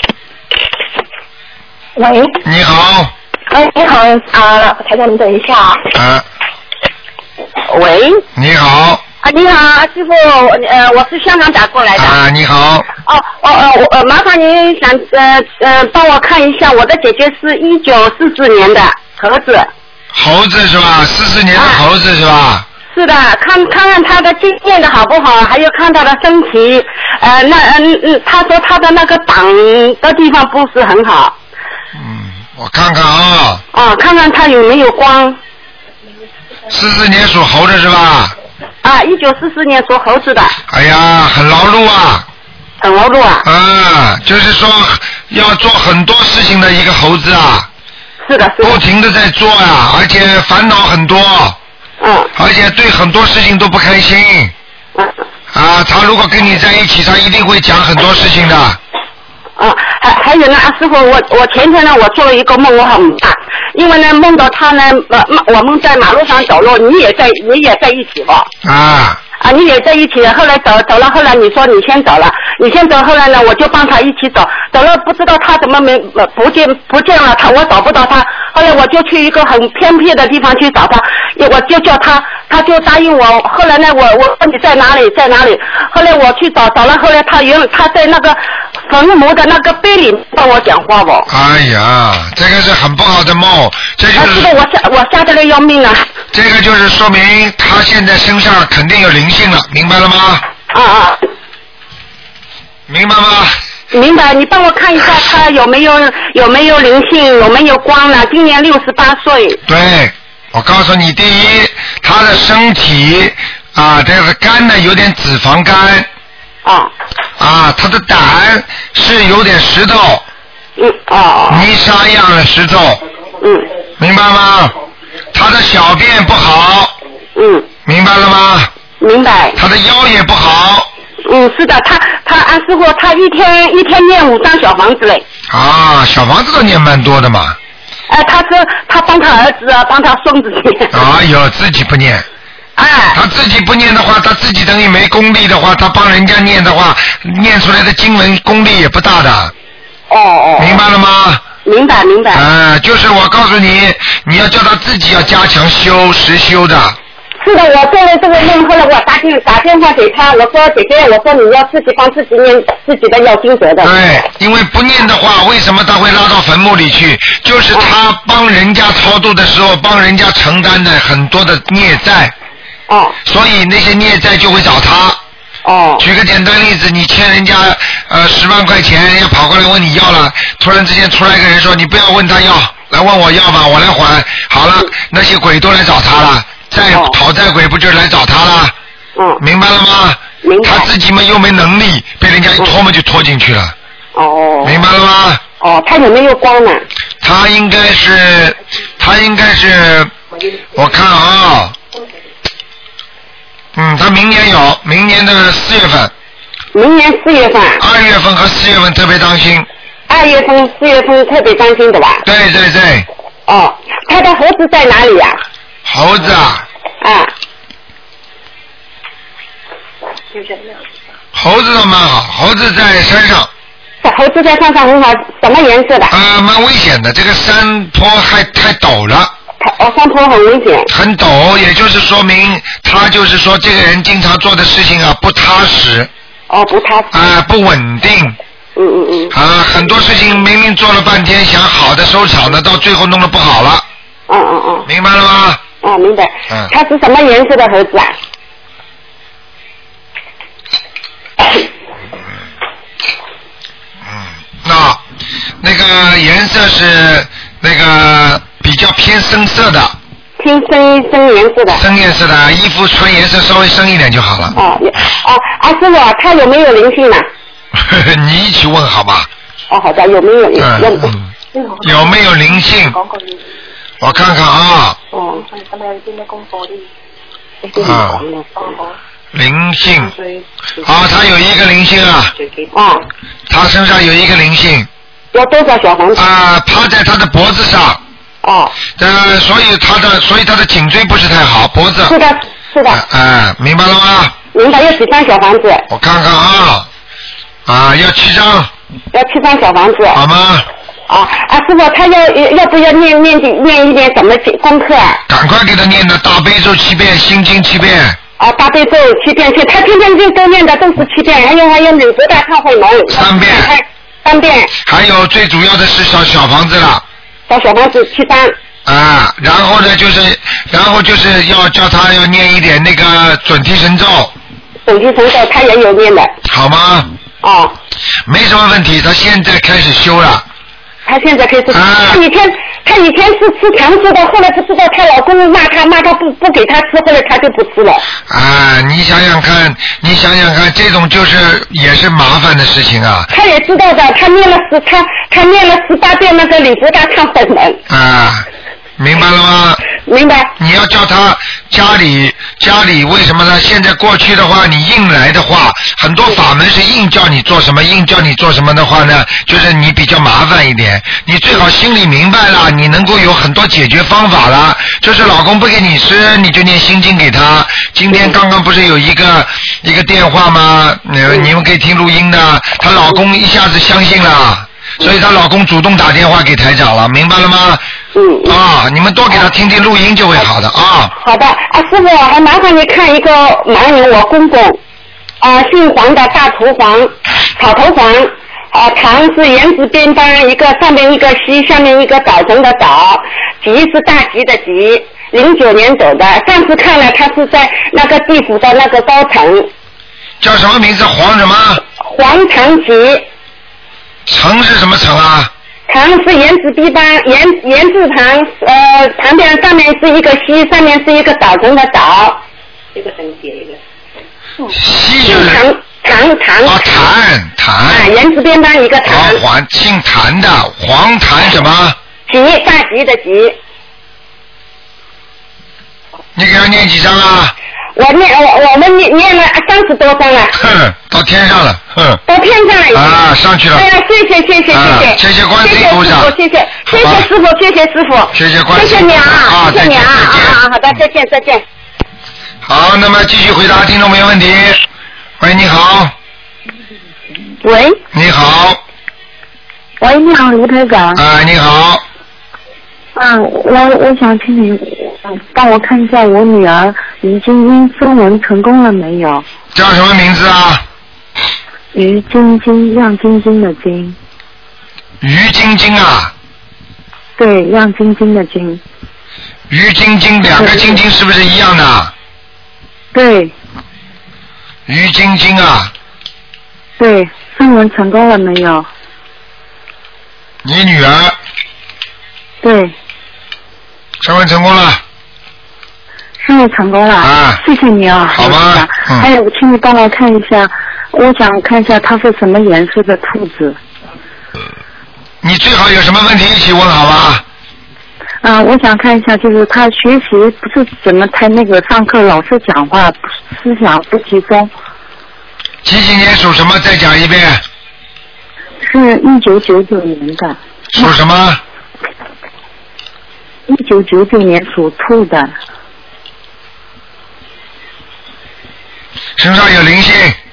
喂。 你好。 哎，你好啊，台长，您等一下啊。 啊。 喂。 你好。 啊，你好，师傅，呃，我是香港打过来的。 啊，你好。 哦哦呃，我呃，麻烦您想呃呃帮我看一下，我的姐姐是一九四四年的猴子。 猴子是吧？四四年的猴子是吧？ 是的，看看看他的经验的好不好，还有看他的身体。呃，那嗯嗯，他说他的那个胆的地方不是很好。 嗯，我看看啊。 哦，看看他有没有光。 四四年属猴的是吧？ 啊，一九四四年属猴子的。 哎呀，很劳碌啊。 很劳碌啊。 啊，就是说要做很多事情的一个猴子啊。 是的，是的。 不停的在做呀，而且烦恼很多。 嗯。 而且对很多事情都不开心。 嗯。 啊，他如果跟你在一起，他一定会讲很多事情的。 啊，还还有呢，啊，师傅，我我前天呢，我做了一个梦，我很大，因为呢，梦到他呢，呃，我们在马路上走路，你也在，你也在一起吧？ 啊。 啊，你也在一起，后来走走了，后来你说你先走了，你先走，后来呢，我就帮他一起走，走了不知道他怎么没不见不见了，他我找不到他，后来我就去一个很偏僻的地方去找他，我就叫他，他就答应我，后来呢，我我说你在哪里在哪里，后来我去找找了，后来他原他在那个坟墓的那个碑里帮我讲话不？ 哎呀，这个是很不好的梦，这就是。啊， 这个我吓我吓得来要命啊！ 这个就是说明他现在身上肯定有灵性了，明白了吗？ 啊啊。 明白吗？ 明白，你帮我看一下他有没有有没有灵性，有没有光了？今年六十八岁。 对，我告诉你，第一，他的身体啊，这个肝呢有点脂肪肝。 啊。 啊，他的胆是有点石头。 嗯哦。 泥沙样的石头。 嗯。 明白吗？他的小便不好。 嗯。 明白了吗？ 明白。 他的腰也不好。 嗯，是的，他他安师傅，他一天一天念五张小房子嘞。 啊，小房子都念蛮多的嘛。 哎、呃，他是他帮他儿子啊，帮他孙子念。 啊，有自己不念。 哎。 他自己不念的话，他自己等于没功力的话，他帮人家念的话，念出来的经文功力也不大的。 哦哦。 明白了吗？ 明白明白。 啊、呃，就是我告诉你，你要叫他自己要加强修实修的。 是的，我做了这个梦，后来我打电打电话给他，我说姐姐，我说你要自己帮自己念自己的要经者的。 对，因为不念的话，为什么他会拉到坟墓里去？就是他帮人家超度的时候，帮人家承担的很多的孽债。 哦。 所以那些孽债就会找他。 哦。 举个简单例子，你欠人家呃十万块钱，人家跑过来问你要了，突然之间出来一个人说你不要问他要，来问我要吧，我来还。好了，那些鬼都来找他了。债讨债鬼不就是来找他了？ 嗯， 明白了吗？ 明白。 他自己嘛又没能力，被人家一拖嘛就拖进去了。 哦。 明白了吗？ 哦，他有没有光呢？ 他应该是，他应该是，我看啊，嗯，他明年有，明年的四月份。 明年四月份。 二月份和四月份特别当心。 二月份、四月份特别当心的吧？ 对对对。 哦，他的猴子在哪里呀、啊？ 猴子啊。 啊。 猴子倒蛮好，猴子在山上。 猴子在山上很好，什么颜色的？ 啊，蛮危险的，这个山坡还太陡了。 哦，上坡很危险。 很陡，也就是说明他就是说这个人经常做的事情啊不踏实。 哦，不踏实。 啊，不稳定。 嗯嗯嗯。 啊，很多事情明明做了半天，想好的收场的，到最后弄得不好了。 嗯嗯嗯。 明白了吗？ 啊，明白。 嗯。 它是什么颜色的盒子啊？ 嗯，那那个颜色是那个比较偏深色的。 偏深深颜色的。 深颜色的衣服穿颜色稍微深一点就好了。 哦，哦，啊师傅，他有没有灵性呢？ 你一起问好吧。 哦，好的，有没有？ 嗯嗯。有没有灵性？我看看啊。 哦。 啊。灵性。啊，他有一个灵性啊。 啊。 他身上有一个灵性。 有多少小房子？ 啊，趴在他的脖子上。 哦。 呃，所以他的，所以他的颈椎不是太好，脖子。 是的，是的。 哎、啊，明白了吗？ 明白，要几张小房子？ 我看看啊，啊，要七张。 要七张小房子。 好吗？ 啊啊，师傅，他要要不要念念念一点什么功课啊？ 赶快给他念的大悲咒七遍，心经七遍。 啊，大悲咒七遍，他天天就都念的都是七遍，还有还有礼佛大忏悔文三遍， 三遍。 还有最主要的是小小房子了。 小小房子七张。 啊，然后呢，就是，然后就是要叫他要念一点那个准提神咒。 准提神咒他也有念的。 好吗？ 哦。 没什么问题，他现在开始修了。 他现在开始， 啊、 他以前他以前是吃常吃的，后来不知道她老公骂他骂他不不给他吃，后来他就不吃了。 啊，你想想看，你想想看，这种就是也是麻烦的事情啊。 他也知道的，他念了十他他念了十八遍那个礼佛大忏悔文。 啊。明白了吗？ 明白。 你要叫他家里家里为什么呢？现在过去的话，你硬来的话，很多法门是硬叫你做什么，硬叫你做什么的话呢，就是你比较麻烦一点。你最好心里明白了，你能够有很多解决方法了。就是老公不给你吃，你就念心经给他。今天刚刚不是有一个一个电话吗？你你们可以听录音的，她老公一下子相信了。所以她老公主动打电话给台长了，明白了吗？ 嗯。 啊，你们多给他听听录音就会好的啊。 好的，啊师傅，还麻烦你看一个盲人，我公公，啊姓黄的大头黄，草头黄，啊唐是言字边帮，一个上面一个西，下面一个早晨的早，吉是大吉的吉，零九年走的，上次看了他是在那个地府的那个高层。 叫什么名字？黄什么？ 黄长吉。 城是什么城啊？ 旁是言字边帮，言言字旁，呃，旁边上面是一个西，上面是一个早晨的早。一个横写一个。 西就是唐唐唐。 啊，谭谭。 啊，言字边帮一个谭。 啊，黄姓谭的黄谭什么？ 吉，大吉的吉。 你给他念几张啊？ 我念我我们念念了三十多张了。 哼，到天上了，哼。 到天上了已经。 啊，上去了。 哎呀，谢谢谢谢谢谢， 啊、谢谢观世音菩萨， 谢谢谢谢师傅，谢谢师傅， 谢谢观世音菩萨， 谢谢你啊， 啊、 谢谢你啊，啊啊，好的，再见再见。 好，那么继续回答听众朋友问题。喂，你好。 喂。 你好。 喂，你好，卢台长。 啊，你好。 啊，我我想请你帮我看一下我女儿于晶晶中文成功了没有？ 叫什么名字啊？ 于晶晶，亮晶晶的晶。 于晶晶啊？ 对，亮晶晶的晶。 于晶晶，两个晶晶是不是一样的？ 对。 于晶晶啊？ 对，中文成功了没有？ 你女儿？ 对。 升温成功了。 升温成功了。 啊。 谢谢你啊。 好吧。 嗯。还有，请你帮我看一下，我想看一下它是什么颜色的兔子。 你最好有什么问题一起问好吧？ 啊，我想看一下，就是他学习不是怎么太那个，上课老是讲话，思想不集中。 几几年属什么？再讲一遍。 是一九九九年的。 属什么？ 一九九九年属兔的。 身上有灵性。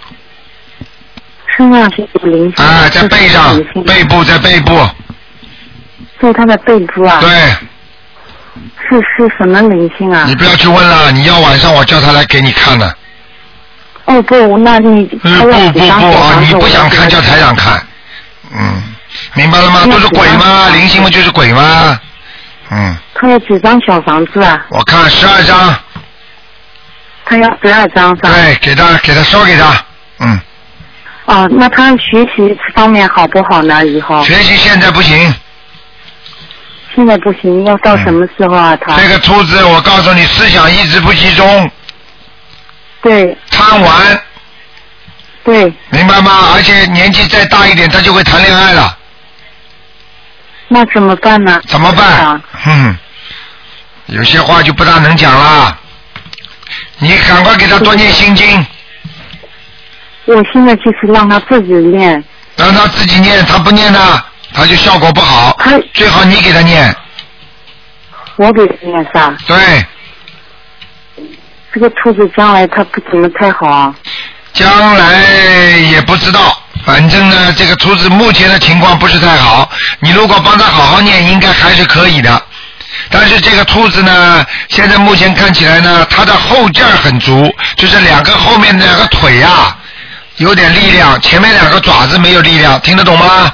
身上是有灵性。 啊，在背上，背部在背部。 在他的背部啊。 对。 是是什么灵性啊？ 你不要去问了，你要晚上我叫他来给你看的。 哦不，那你嗯不不不啊！你不想看叫台长看，嗯，明白了吗？都是鬼吗？灵性吗？就是鬼吗？嗯。 他要几张小房子啊？ 我看十二张。 他要十二张是吧？ 对，给他给他烧给他，嗯。 哦，那他学习方面好不好呢？以后？ 学习现在不行。 现在不行，要到什么时候啊？他这个兔子，我告诉你，思想一直不集中。 对。 贪玩。 对。 明白吗？而且年纪再大一点，他就会谈恋爱了。 那怎么办呢？ 怎么办？嗯，有些话就不大能讲了。你赶快给他多念心经。 我现在就是让他自己念。 让他自己念，他不念呢，他就效果不好。最好你给他念。 我给他念是吧？ 对。 这个兔子将来他不怎么太好啊。 将来也不知道，反正呢，这个兔子目前的情况不是太好。你如果帮他好好念，应该还是可以的。但是这个兔子呢，现在目前看起来呢，它的后劲儿很足，就是两个后面两个腿啊，有点力量，前面两个爪子没有力量，听得懂吗？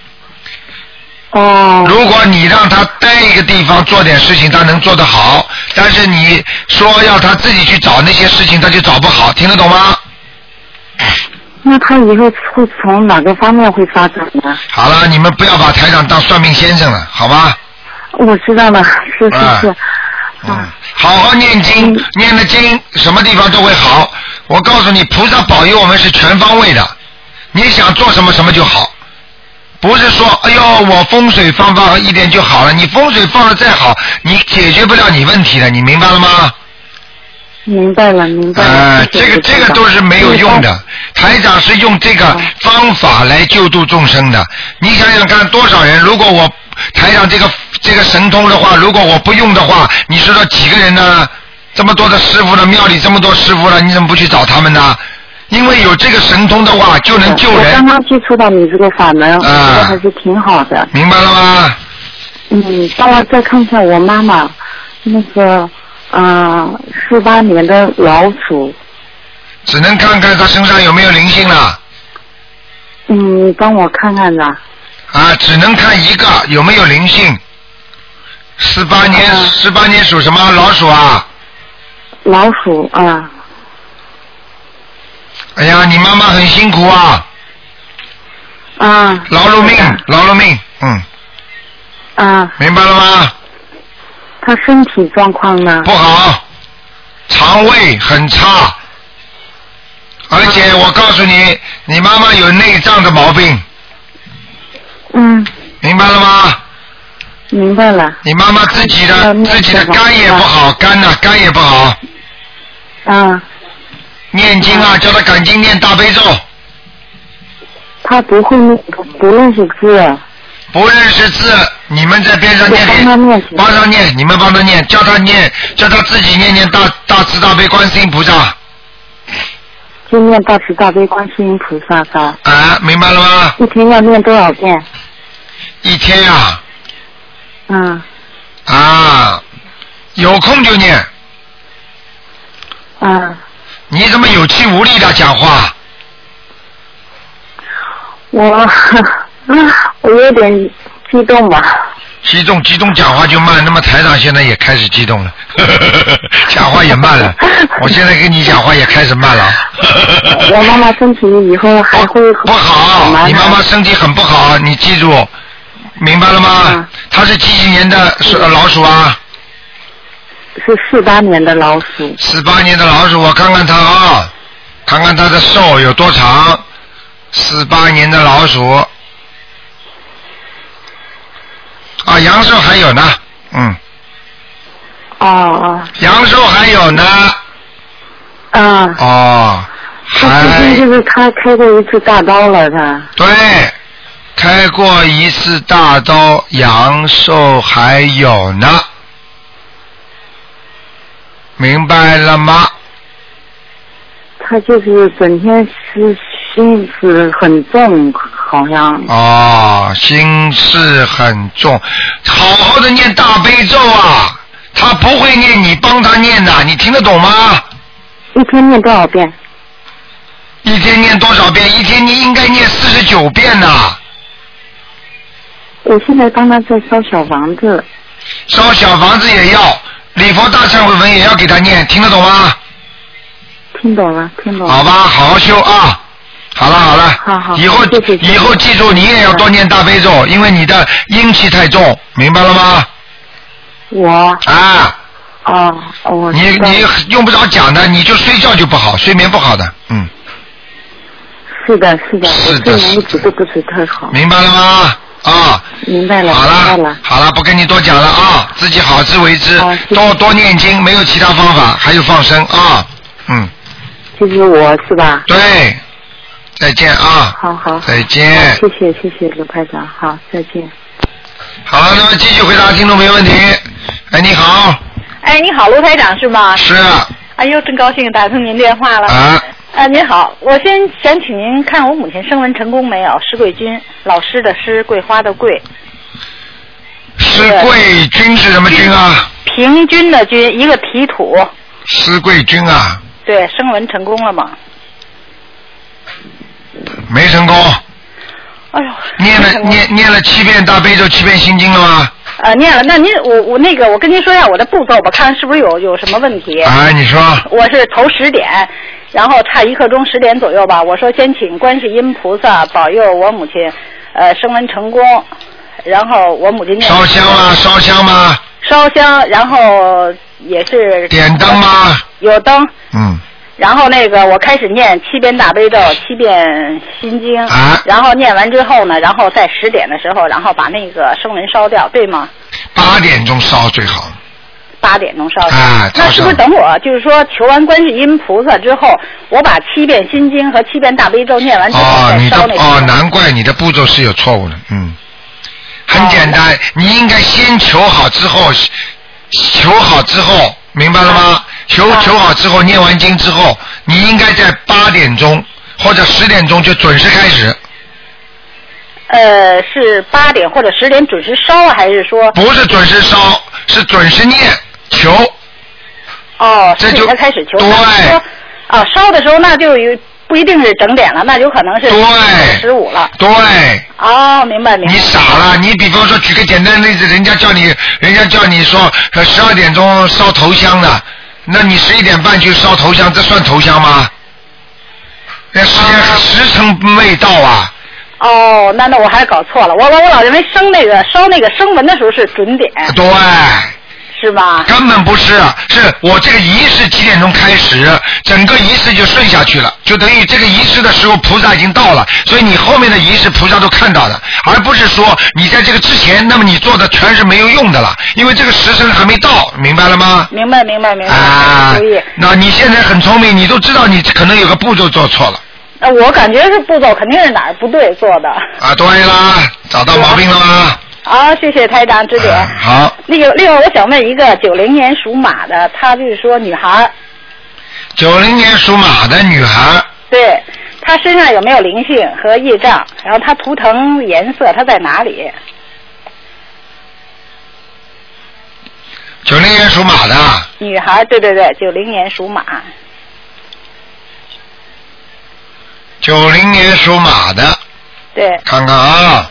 哦。 如果你让他待一个地方做点事情，他能做得好，但是你说要他自己去找那些事情，他就找不好，听得懂吗？ 那他以后会从哪个方面会发展呢？ 好了，你们不要把台长当算命先生了，好吧？ 我知道了，是是是。 啊、嗯，好好念经，嗯、念的经什么地方都会好。我告诉你，菩萨保佑我们是全方位的，你想做什么什么就好，不是说哎呦我风水放放一点就好了，你风水放的再好，你解决不了你问题的，你明白了吗？ 明白了，明白了。 呃，这个这个都是没有用的。台长是用这个方法来救度众生的。你想想看，多少人？如果我台长这个这个神通的话，如果我不用的话，你知道几个人呢？这么多的师傅了，庙里这么多师傅了，你怎么不去找他们呢？因为有这个神通的话，就能救人。 我刚刚接触到你这个法门，我觉得还是挺好的。 明白了吗？ 嗯，帮我再看一下我妈妈，那个。啊，四八年的老鼠， 只能看看他身上有没有灵性了。 嗯，你帮我看看吧。 啊，只能看一个有没有灵性。四八年，四八年属什么？老鼠啊。 老鼠啊。 哎呀，你妈妈很辛苦啊。 啊。 劳碌命，劳碌命，嗯。 啊。 明白了吗？ 他身体状况呢？ 不好，肠胃很差，而且我告诉你，你妈妈有内脏的毛病。 嗯。 明白了吗？ 明白了。 你妈妈自己的自己的肝也不好，肝呐、啊、肝也不好。 啊。 念经啊，叫他赶紧念大悲咒。 他不会念，不认识字。 不认识字，你们在边上念给，帮他念，你们帮他念，叫他念，叫他自己念念大大慈大悲观世音菩萨。 就念大慈大悲观世音菩萨是吧？ 啊，明白了吗？ 一天要念多少遍？ 一天呀、啊。 嗯。 啊，有空就念。 啊。 你怎么有气无力的讲话？ 我。我有点激动吧。 激动，激动，讲话就慢。那么台长现在也开始激动了，讲话也慢了。我现在跟你讲话也开始慢了。 我妈妈身体以后还会不好，你妈妈身体很不好，你记住，明白了吗？嗯、她是几几年的老鼠啊？ 是四八年的老鼠。 四八年的老鼠，我看看她啊，看看她的寿有多长。四八年的老鼠。啊，阳寿还有呢，嗯。 哦哦。 阳寿还有呢。 嗯。 哦。 他最近就是他开过一次大刀了，他。 对，开过一次大刀，阳寿还有呢。明白了吗？ 他就是整天是心思很重，好像。 哦，心事很重，好好的念大悲咒啊！ 他不会念，你帮他念的，你听得懂吗？ 一天念多少遍？ 一天念多少遍？一天你应该念四十九遍呐。 我现在帮他在烧小房子。 烧小房子也要，礼佛大忏悔文也要给他念，听得懂吗？ 听懂了，听懂了。 好吧，好好修啊！好了好了， 好好， 以后谢谢以后记住，你也要多念大悲咒，因为你的阴气太重，明白了吗？ 我啊。 哦，我你你用不着讲的，你就睡觉就不好，睡眠不好的，嗯。 是的，是的， 是的， 我睡眠一直都不是特好。 明白了吗？啊。 明白了， 好了， 明白了。 好了，不跟你多讲了啊，自己好自为之，多多念经，没有其他方法，还有放生啊，嗯。 就是我是吧？ 对，再见啊。 好好。 再见。 谢谢谢谢卢排长，好，再见。 好，那么继续回答听众朋友问题。哎，你好。 哎，你好，卢台长是吗？ 是啊。 哎呦，真高兴打通您电话了。 啊。 啊，您好，我先想请您看我母亲声纹成功没有？施桂君，老师的施，桂花的桂。 施桂君是什么君啊？ 平均的均，一个提土。 施桂君啊。 对，声纹成功了吗？ 没成功。 哎呦。 念了念念了七遍大悲咒，七遍心经了吗？ 啊，念了。那您我我那个，我跟您说一下我的步骤吧，看看是不是有有什么问题。 啊，你说。 我是头十点，然后差一刻钟十点左右吧。我说先请观世音菩萨保佑我母亲，呃，声纹成功。然后我母亲念。 烧香吗？烧香吗？ 烧香，然后也是。 点灯吗？ 有灯。 嗯。 然后那个我开始念七遍大悲咒，七遍心经， 啊、 然后念完之后呢，然后在十点的时候，然后把那个声纹烧掉，对吗？ 八点钟烧最好。 八点钟烧掉。 啊， 那是不是等我就是说求完观世音菩萨之后，我把七遍心经和七遍大悲咒念完之后再烧那个？ 哦，难怪你的步骤是有错误的，嗯，很简单，哦、你应该先求好之后，求好之后，明白了吗？啊求求好之后，念完经之后，你应该在八点钟或者十点钟就准时开始。 呃，是八点或者十点准时烧啊，还是说？ 不是准时烧，是准时念求。 哦， 这就才开始求。 对。 啊，烧的时候那就有不一定是整点了，那有可能是对十五了。 对。 哦，明白明白。 你傻了，你比方说举个简单的例子，人家叫你，人家叫你说十二点钟烧头香的。那你十一点半去烧头香，这算头香吗？那时间时辰未到啊。 哦，那那我还搞错了，我我我老认为生那个烧那个声纹的时候是准点。 对。 是吧？ 根本不是，是我这个仪式几点钟开始，整个仪式就顺下去了，就等于这个仪式的时候菩萨已经到了，所以你后面的仪式菩萨都看到的，而不是说你在这个之前，那么你做的全是没有用的了，因为这个时辰还没到，明白了吗？ 明白明白明白。 啊，那你现在很聪明，你都知道你可能有个步骤做错了。 呃，我感觉是步骤肯定是哪儿不对做的。 啊，对啦，找到毛病了吗？ 好，谢谢台长指点。 啊、好。 那个，另外我想问一个九零年属马的，她就是说女孩。 九零年属马的女孩。 对，她身上有没有灵性和业障？然后她图腾颜色，她在哪里？ 九零年属马的。 女孩，对对对，九零年属马。 九零年属马的。 对。 看看啊。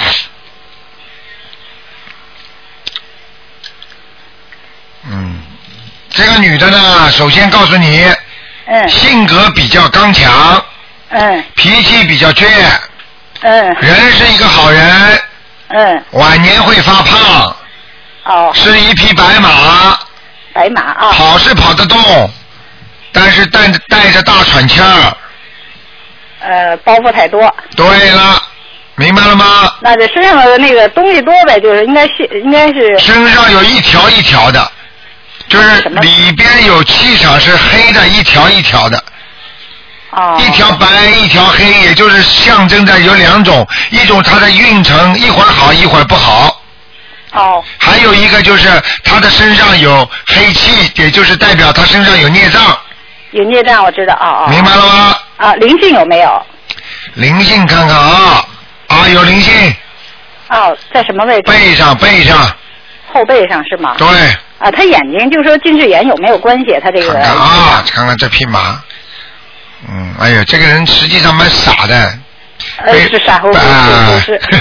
嗯，这个女的呢，首先告诉你， 嗯， 性格比较刚强， 嗯， 脾气比较倔， 嗯， 人是一个好人， 嗯， 晚年会发胖， 哦， 是一匹白马， 白马啊， 跑是跑得动，但是带带着大喘气儿， 呃，包袱太多。 对了。明白了吗？ 那这身上的那个东西多呗，就是应该是应该是。 身上有一条一条的，就是里边有气场是黑的，一条一条的。 哦。 一条白，一条黑，也就是象征着有两种，一种它的运程一会儿好，一会儿不好。 哦。 还有一个就是他的身上有黑气，也就是代表他身上有孽障。 有孽障，我知道啊啊。 明白了吗？ 啊，灵性有没有？ 灵性看看啊。啊，有灵性。 哦，在什么位置？ 背上，背上。 后背上是吗？ 对。 啊，他眼睛就是说近视眼有没有关系？他这个看看啊，看看这匹马，嗯，哎呦，这个人实际上蛮傻的。 呃，是傻乎乎，是是。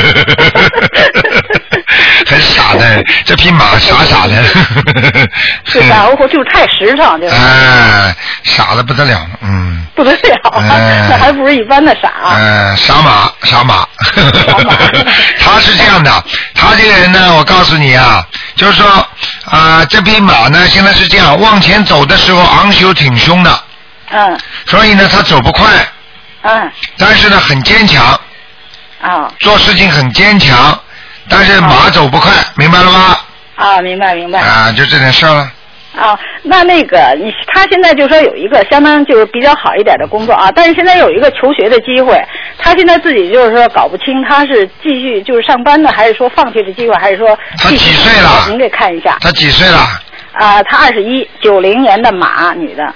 很傻的，这匹马傻傻的。 是傻乎乎，就是太实诚，就是。 哎，傻的不得了，嗯。 不得了，哎、那还不是一般的傻。 嗯，傻马，傻马。傻马。他是这样的，他这个人呢，我告诉你啊，就是说啊、呃，这匹马呢，现在是这样，往前走的时候昂首挺胸的。 嗯。 所以呢，他走不快。 嗯， 但是呢，很坚强， 啊、哦， 做事情很坚强，但是马走不快，哦、明白了吗？ 啊，明白明白。 啊，就这点事了。 啊，那那个你他现在就说有一个相当就是比较好一点的工作啊，但是现在有一个求学的机会，他现在自己就是说搞不清他是继续就是上班呢，还是说放弃这机会，还是说他几岁了？ 您给看一下。 他几岁了？ 啊，他二十一，九零年的马，女的。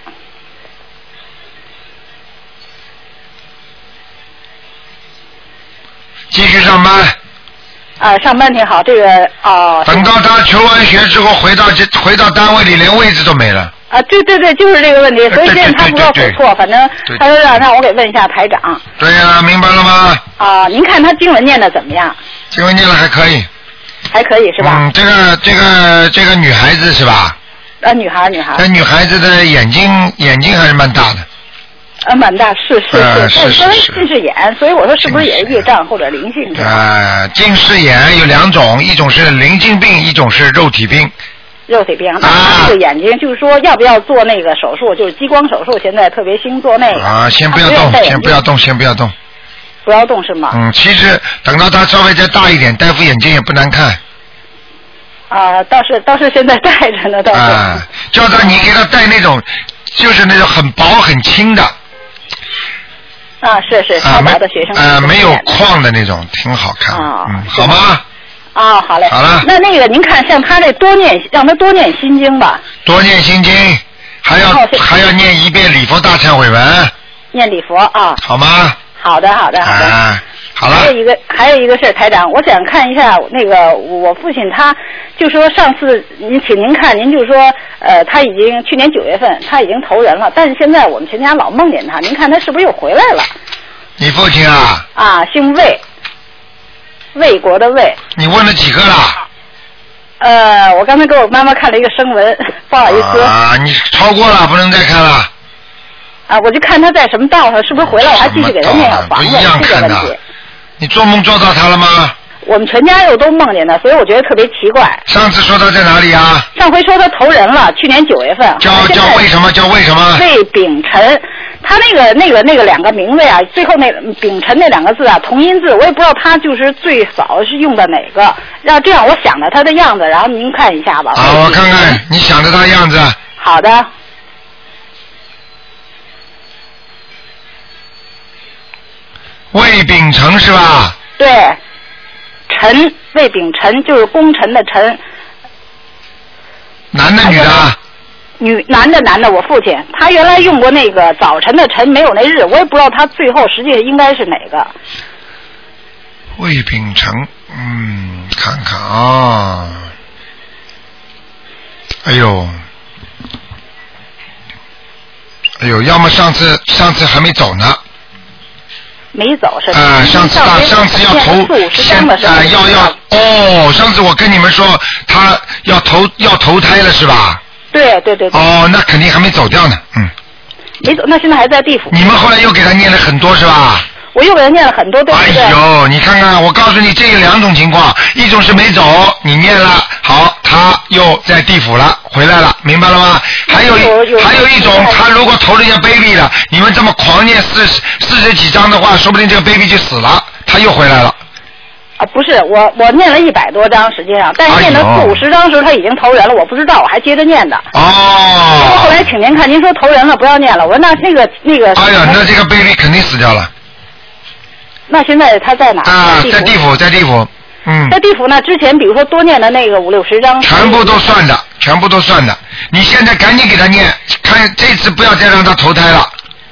继续上班。 啊，上班挺好，这个哦。 等到他求完学之后，回到这回到单位里，连位置都没了。 啊，对对对，就是这个问题，所以现在他不知道走错，反正他说让让我给问一下台长。 对呀、啊，明白了吗？ 啊，您看他经文念的怎么样？ 经文念的还可以。 还可以是吧？ 嗯，这个这个这个女孩子是吧？ 啊，女孩女孩。 那女孩子的眼睛眼睛还是蛮大的。 呃，蛮大，是是是， 呃、 但是近视眼，所以我说是不是也是业障或者灵性？ 呃，近视眼有两种，一种是灵性病，一种是肉体病。 肉体病，那他这个眼睛就是说要不要做那个手术？就是激光手术，现在特别兴做那个。 啊，先不要动，先不要动，先不要动。 不要动是吗？ 嗯，其实等到他稍微再大一点，戴副眼镜也不难看。 啊，倒是倒是现在戴着呢，倒是。 啊，叫他你给他戴那种，就是那种很薄很轻的。 啊，是是，超薄的学生啊，没有框的那种，挺好看。啊、嗯，好吗？ 啊，好嘞。 好了。 那那个，您看，像他这多念，让他多念心经吧。 多念心经，还要还要念一遍礼佛大忏悔文。 念礼佛啊。 好吗？ 好的，好的，好的。 啊，好了。 还有一个，还有一个事，台长，我想看一下那个我父亲他，就说上次您请您看，您就说呃他已经去年九月份他已经投人了，但是现在我们全家老梦见他，您看他是不是又回来了？ 你父亲啊？ 啊，姓魏，魏国的魏。 你问了几个了？ 呃，我刚才给我妈妈看了一个声文，不好意思。 啊，你超过了，不能再看了。 啊，我就看他在什么道上，是不是回来？我还继续给他念小房子，这个问题。 你做梦做到他了吗？ 我们全家又都梦见他，所以我觉得特别奇怪。 上次说他在哪里啊？ 上回说他投人了，去年九月份。 叫叫为什么？叫为什么？ 魏秉辰，他那个那个那个两个名字呀，最后那秉辰那两个字啊，同音字，我也不知道他就是最早是用的哪个。让这样，我想着他的样子，然后您看一下吧。 好，我看看你想着他的样子。 好的。 魏秉辰是吧？ 对，陈魏秉辰就是功臣的臣。 男的女的？ 女男的男的，我父亲他原来用过那个早晨的晨，没有那日，我也不知道他最后实际应该是哪个。 魏秉辰，嗯，看看啊，哎呦，哎呦，要么上次上次还没走呢。 没走是吧？ 啊、呃，上次大上次要投，先啊、呃、要要哦，上次我跟你们说他要投要投胎了是吧？ 对对对。 哦，那肯定还没走掉呢，嗯。 没走，那现在还在地府。 你们后来又给他念了很多是吧？ 我又给他念了很多，对不对？ 哎呦，你看看，我告诉你，这有两种情况，一种是没走，你念了，好，他又在地府了，回来了，明白了吗？还有还有一种，他如果投人家 baby 了，你们这么狂念四十四十几章的话，说不定这个 baby 就死了，他又回来了。 啊，不是，我我念了一百多章，实际上，但是念到四五十章的时候他已经投人了，我不知道，我还接着念的。 哦。 我后来请您看，您说投人了，不要念了，我说那那个那个。 哎呀，那这个 baby 肯定死掉了。 那现在他在哪？ 啊，在地府，在地府，嗯。 在地府呢？之前比如说多念的那个五六十章。 全部都算的，全部都算的。你现在赶紧给他念，看这次不要再让他投胎了。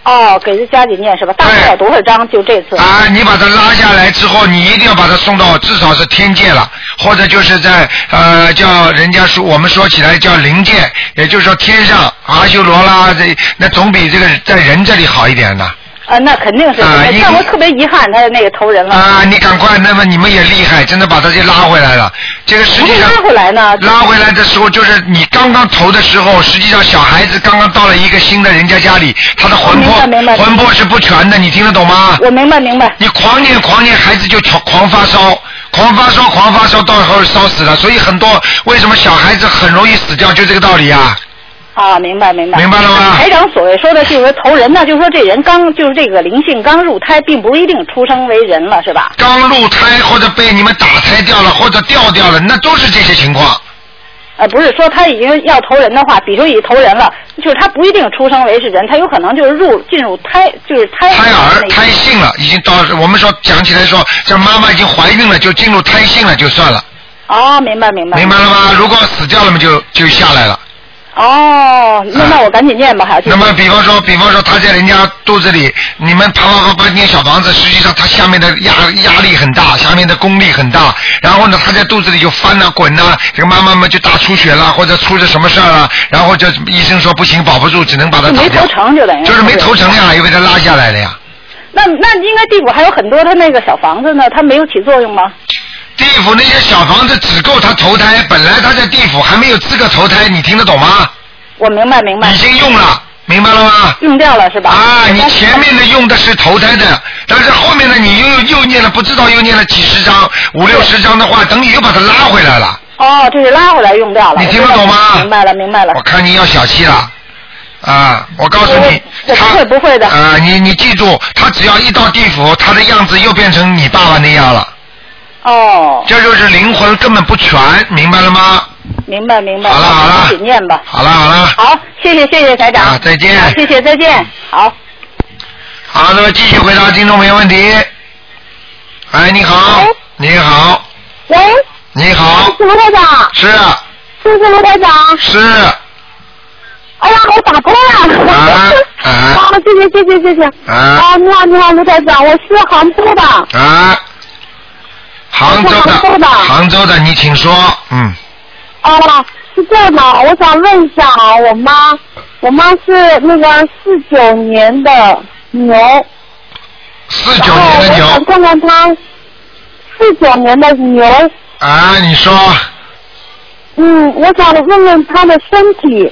哦，给他加紧念是吧？大概要多少章？就这次。 啊，你把他拉下来之后，你一定要把他送到至少是天界了，或者就是在呃叫人家说我们说起来叫灵界，也就是说天上阿修罗啦，这那总比这个在人这里好一点的。 啊，那肯定是。啊，但我特别遗憾，他那个投人了。 啊，你赶快，那么你们也厉害，真的把他给拉回来了。这个实际上拉回来呢？ 拉回来的时候，就是你刚刚投的时候，实际上小孩子刚刚到了一个新的人家家里，他的魂魄魂魄是不全的，你听得懂吗？ 我明白明白。 你狂念狂念，孩子就狂狂发烧，狂发烧狂发烧，到时候烧死了。所以很多为什么小孩子很容易死掉，就这个道理啊。 啊，明白明白。 明白了吗？ 台长所谓说的就是投人呢，就是说这人刚就是这个灵性刚入胎，并不一定出生为人了，是吧？ 刚入胎或者被你们打胎掉了，或者掉掉了，那都是这些情况。 呃，不是说他已经要投人的话，比如已投人了，就是他不一定出生为是人，他有可能就是入进入胎，就是胎胎儿胎性了，已经到我们说讲起来说，这妈妈已经怀孕了，就进入胎性了，就算了。 哦，明白明白。 明白了吗？如果死掉了嘛，就就下来了。 哦，那那我赶紧念吧，还要。 那么，比方说，比方说，他在人家肚子里，你们啪啪啪啪念小房子，实际上他下面的压压力很大，下面的功力很大。然后呢，他在肚子里就翻呐、滚呐、啊，这个妈妈们就大出血了，或者出了什么事儿了，然后就医生说不行，保不住，只能把他打掉。 没投成就等于。 就是没投成呀，因为他拉下来了呀。 那那应该地府还有很多他那个小房子呢，他没有起作用吗？ 地府那些小房子只够他投胎，本来他在地府还没有资格投胎，你听得懂吗？ 我明白明白。 已经用了，明白了吗？ 用掉了是吧？ 啊，你前面的用的是投胎的，但是后面的你又又念了，不知道又念了几十张、五六十张的话，等于又把它拉回来了。 哦，这是拉回来用掉了。 你听得懂吗？ 明白了明白了。 我看你要小气了。啊，我告诉你， 我不会不会的。 啊，你你记住，他只要一到地府，他的样子又变成你爸爸那样了。 哦。 这就是灵魂根本不全，明白了吗？ 明白明白。 好了好了， 赶紧念吧。 好了好了。 好，谢谢谢谢台长。 啊，再见。 谢谢再见。好。 好，那么继续回答听众朋友问题。哎，你好。你好。 喂。 你好。 是卢台长。 是。 是不是卢台长？ 是。 哎呀，我打通了！ 啊啊！ 啊，谢谢谢谢谢谢！ 啊！ 啊，你好你好，卢台长，我是杭州的。 啊。杭州的。 杭州的。 杭州的，你请说，嗯。 哦，是这样的，我想问一下啊，我妈，我妈是那个四九年的牛。 四九年的牛。 我想看看她，四九年的牛。 啊，你说。 嗯，我想问问她的身体。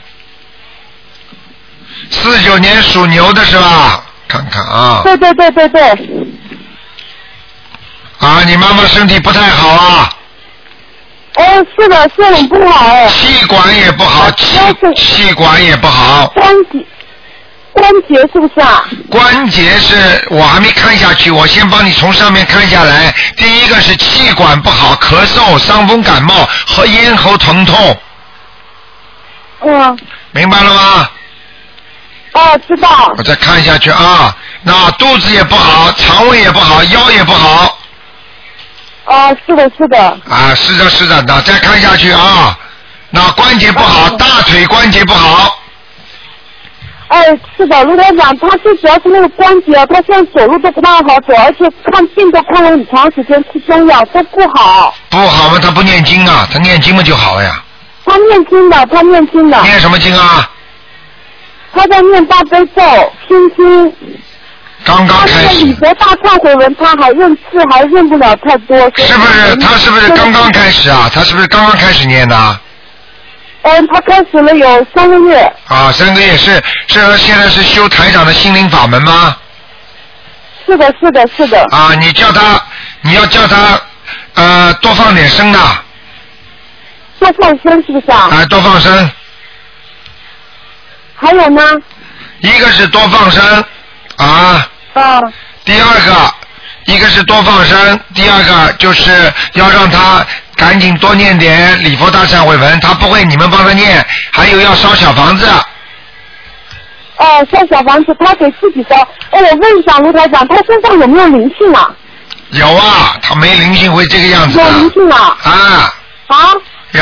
四九年属牛的是吧？看看啊。 对对对对对。 啊，你妈妈身体不太好啊。 哦，是的，是很不好哎。 气管也不好，气气管也不好。 关节，关节是不是啊？ 关节是我还没看下去，我先帮你从上面看下来。第一个是气管不好，咳嗽、伤风感冒和咽喉疼痛。 嗯。 明白了吗？ 哦，知道。 我再看下去啊，那肚子也不好，肠胃也不好，腰也不好。 哦，是的，是的。 啊，是的，是的，那再看下去啊，那关节不好，大腿关节不好。 哎，是的，卢台长，他最主要是那个关节，他现在走路都不大好走，而且看病都看了很长时间，吃中药都不好。 不好嘛，他不念经啊，他念经嘛就好了呀。 他念经的，他念经的。 念什么经啊？ 他在念大悲咒、心经。 刚刚开始。 他礼佛大忏悔文，他还认字还认不了太多。 是不是？他是不是刚刚开始啊？他是不是刚刚开始念的？ 嗯，他开始了有三个月。 啊，三个月是是现在是修台长的心灵法门吗？ 是的，是的，是的。 啊，你叫他，你要叫他呃多放点声的。 多放生是不是啊？ 啊，多放生。 还有呢？ 一个是多放生啊。 啊。 第二个，一个是多放生，第二个就是要让他赶紧多念点礼佛大忏悔文，他不会你们帮他念，还有要烧小房子。 哦，烧小房子，他给自己烧。哎，我问一下卢台长，他身上有没有灵性啊？ 有啊，他没灵性会这个样子的。 有灵性啊？ 啊。 啊？ 有。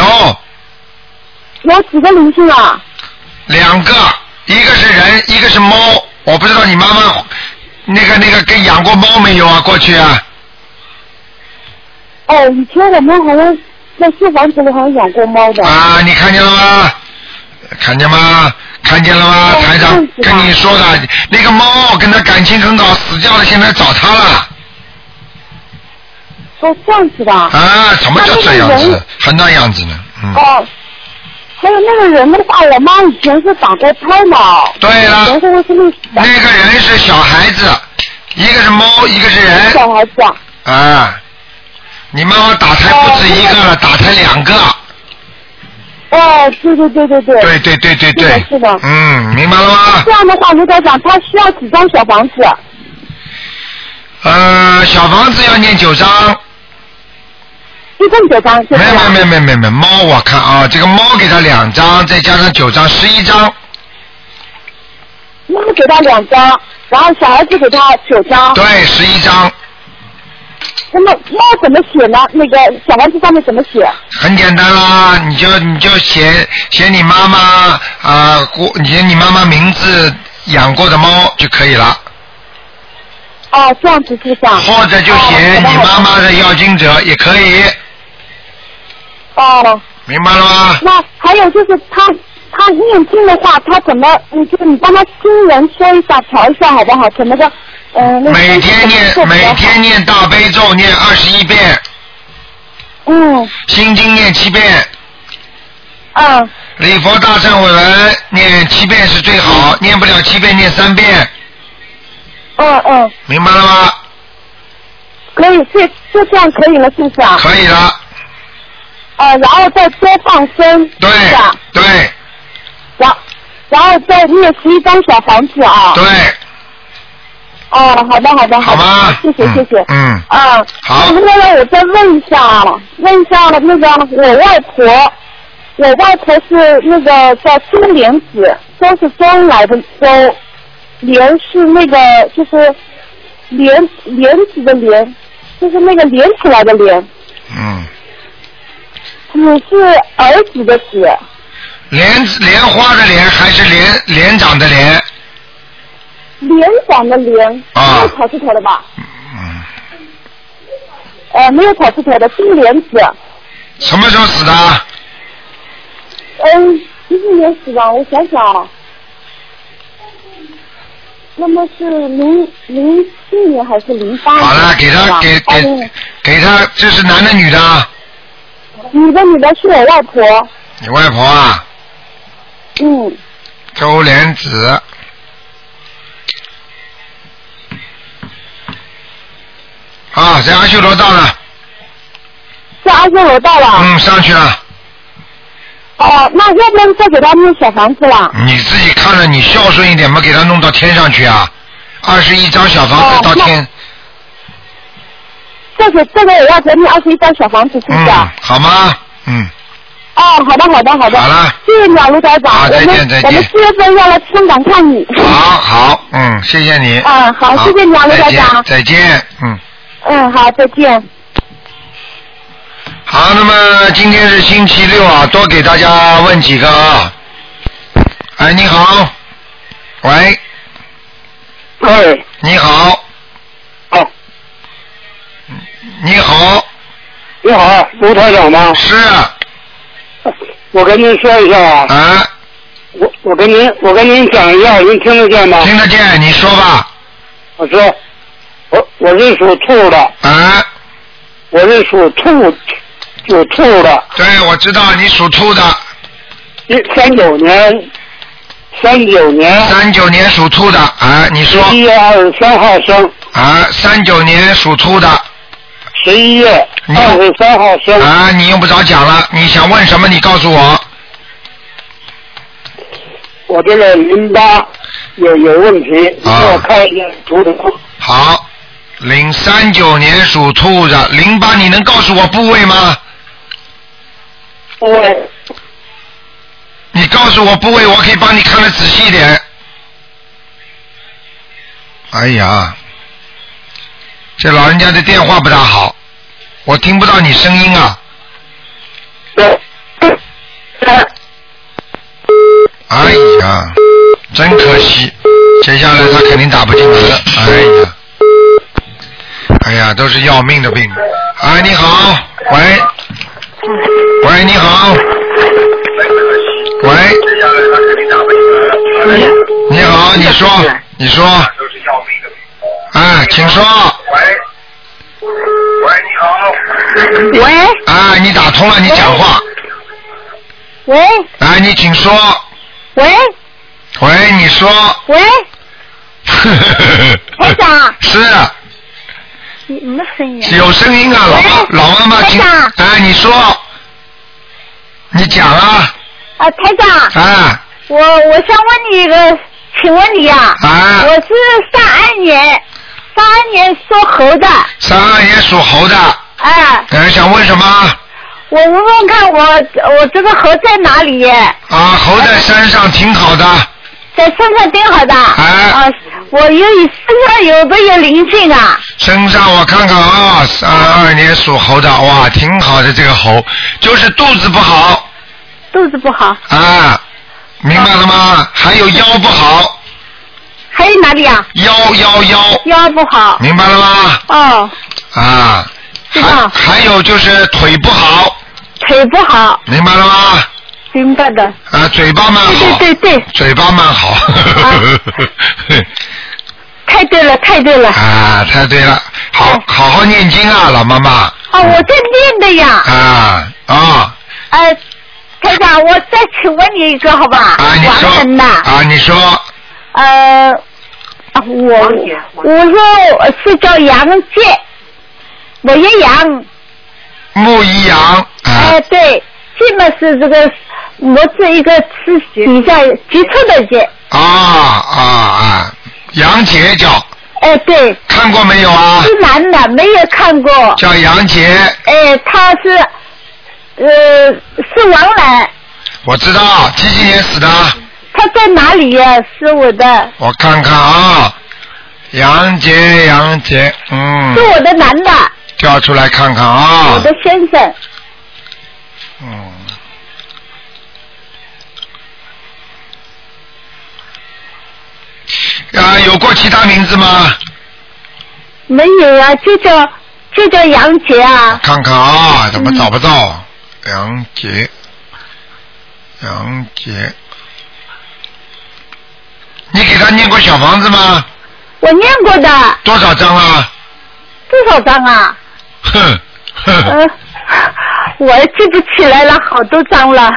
有几个灵性啊？ 两个，一个是人，一个是猫。 我不知道你妈妈那个那个跟养过猫没有啊？过去啊？ 哦，以前我们好像在旧房子里好像养过猫的。 啊，你看见了吗？看见吗？看见了吗？台长跟你说的，那个猫跟他感情很好，死掉了，现在找他了。 哦，这样子的。 啊，什么叫这样子？还那样子呢？嗯。 哦，还有那个人的话，我妈以前是打过胎嘛。 对了。 以前是那个人是小孩子，一个是猫，一个是人。 小孩子啊。 啊，你妈妈打胎不止一个了，打胎两个。 哦，对对对对对。 对对对对对。 是的，是的。 嗯，明白了吗？ 这样的话，卢台长，他需要几张小房子？ 呃，小房子要念九张。 一共九张。 没没没没没没，猫我看啊，这个猫给他两张，再加上九张，十一张。 猫给他两张，然后小孩子给他九张。 对，十一张。 那么猫怎么写呢？那个小房子上面怎么写？ 很简单啦，你就你就写写你妈妈啊，过、呃、写你妈妈名字养过的猫就可以了。 哦，这样子是这样。 或者就写你妈妈的要经者也可以。 哦。 明白了吗？ 那还有就是他他念经的话，他怎么？你就是你帮他经文说一下，调一下好不好？怎么个？嗯、呃， 每天念每天念大悲咒念二十一遍。 嗯。 心经念七遍。 嗯。 礼佛大忏悔文念七遍是最好，嗯、念不了七遍念三遍。 嗯嗯。 明白了吗？ 可以，就就这样可以了，是不是啊？ 可以了。 呃，然后再多放生。 对。 是吧？ 对。 然然后再念十一张小房子啊。 对。 哦，好的，好的，好的， 好谢谢，谢谢。 嗯。 啊， 好。 那个，我再问一下，问一下那个我外婆，我外婆是那个叫周莲子，周是周恩来的周，莲是那个就是莲莲子的莲，就是那个连起来的莲。 嗯。 子是儿子的子。 莲莲花的莲还是莲莲长的莲？ 连长的连， 啊、 没有草字头的吧？ 嗯。 呃，没有草字头的，金莲子。 什么时候死的？ 嗯，几几年死的？我想想啊。那么是零零七年还是零八年？ 好了，给他给给给他，这是男的女的？ 女的女的是我外婆。 你外婆啊？ 嗯。 周莲子。啊，在阿修罗道了。 在阿修罗道了。 嗯，上去了。 哦，那要不然再给他念小房子了？ 你自己看着，你孝顺一点嘛，给他弄到天上去啊！二十一张小房子到天。哦、 这个这个也要给你二十一张小房子，是不是？ 嗯，好吗？嗯。 哦，好的，好的，好的。 好了。 谢谢你啊，卢台长。 好，再见，再见。 我们四月份要来香港看你。 好好，嗯，谢谢你。 啊，好，谢谢你啊，卢台长。 再见，嗯。 嗯，好，再见。 好，那么今天是星期六啊，多给大家问几个啊。哎，你好。喂。 喂。 你好。 哦。 你好。 你好，卢台长吗？ 是。 我跟您说一下啊。 啊。 我我跟您我跟您讲一下，您听得见吗？ 听得见，你说吧。 我说，我我是属兔的。 啊。 我是属兔，属兔的。 对，我知道你属兔的。 一三九年，三九年。 三九年属兔的啊，你说。 十一月二十三号生。 啊，三九年属兔的。 十一月二十三号生。 啊，你用不着讲了，你想问什么？你告诉我。 我这个淋巴有有问题，你给我看一下图腾。 好，零三九年属兔的，淋巴你能告诉我部位吗？ 部位。 你告诉我部位，我可以帮你看得仔细一点。哎呀，这老人家的电话不大好，我听不到你声音啊。哎呀，真可惜， 接下来他肯定打不进来了。哎呀，哎呀，都是要命的病。哎，你好，喂，喂，你好，喂，你好，你说，你说，哎，请说。喂，喂，你好。 喂。 啊，你打通了，你讲话。 喂。 啊，你请说。 喂。 喂，你说。 喂。台长。 是。 你没声音。 有声音啊，老老妈妈听。哎，你说。你讲啊。 啊，台长。 啊。 我我想问你一个，请问你呀、啊。 啊。 我是三二年。三二年属猴的。 三二年属猴的。 哎。 呃，想问什么？ 我问问看我，我我这个猴在哪里？ 啊，猴在山上挺好的。 在山上挺好的。 哎。 啊，我有身上有没有灵性啊？ 身上我看看啊，三二年属猴的，哇，挺好的这个猴，就是肚子不好。 肚子不好。 啊，明白了吗？啊、还有腰不好。 还有哪里啊？ 腰腰腰。 腰不好。 明白了吗？ 哦。 啊。还还有就是腿不好。 腿不好。 明白了吗？ 明白的。 啊，嘴巴蛮好。 对对对对。 嘴巴蛮好。啊、 太对了，太对了。 啊，太对了，好，好好念经啊，老妈妈。 啊，我在念的呀。 啊啊。 呃，台长，我再请问你一个，好吧？ 啊，你说。 王呐。 啊，你说。 呃，我我说是叫杨介，我一杨。 木一杨。 哎，对，介嘛是这个木字一个是底下急促的急。 啊啊啊！杨杰叫。 哎，对。 看过没有啊？ 是男的，没有看过。 叫杨杰。 哎，他是呃是王兰。 我知道，几几年死的？ 他在哪里呀、啊？是我的。 我看看啊，杨杰，杨杰，嗯。 是我的男的。 调出来看看啊。 我的先生。 嗯。啊，有过其他名字吗？ 没有啊，就叫就叫杨杰啊。 看看啊，怎么找不到？嗯、杨杰，杨杰。你给他念过小房子吗？ 我念过的。 多少张啊？ 多少张啊？ 哼哼。 呃，我记不起来了，好多张了。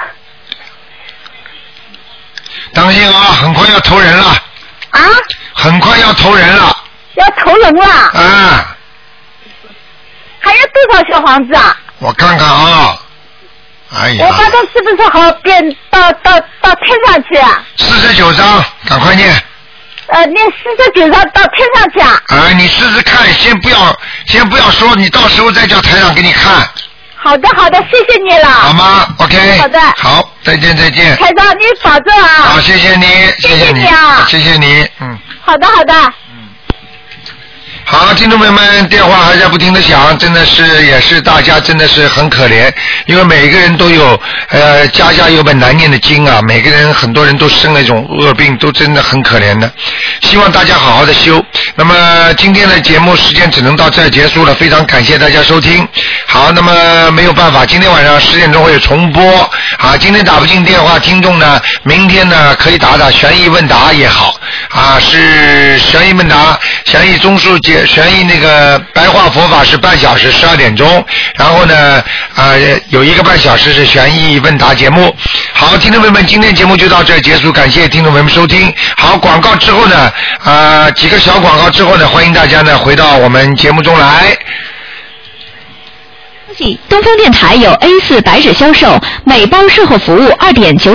当心啊，很快要投人了。 啊？ 很快要投人了。 要投人了。 啊。 还有多少小房子啊？ 我看看啊。哎呀！ 我把它是不是好变到到到天上去啊？ 四十九章，赶快念。 呃，念四十九章到天上去啊？ 啊，你试试看，先不要，先不要说，你到时候再叫台长给你看。 好的，好的，谢谢你了。 好吗 ？OK。 好的。 好，再见，再见。 台长，你保重啊。 好，谢谢你，谢谢你啊， 谢谢你，嗯。 好的，好的。 好，听众朋友们，电话还在不停的响，真的是也是大家真的是很可怜，因为每个人都有呃家家有本难念的经啊，每个人很多人都生了一种恶病，都真的很可怜的。希望大家好好的修。那么今天的节目时间只能到这儿结束了，非常感谢大家收听。好，那么没有办法，今天晚上十点钟会有重播啊。今天打不进电话，听众呢，明天呢可以打打悬疑问答也好啊，是悬疑问答，悬疑综述节。悬疑那个白话佛法是半小时，十二点钟，然后呢，啊、呃，有一个半小时是悬疑问答节目。好，听众朋友们，今天节目就到这儿结束，感谢听众朋友们收听。好，广告之后呢，啊、呃，几个小广告之后呢，欢迎大家呢回到我们节目中来。 东方电台有 A 四 白纸销售，每包售后服务二点九。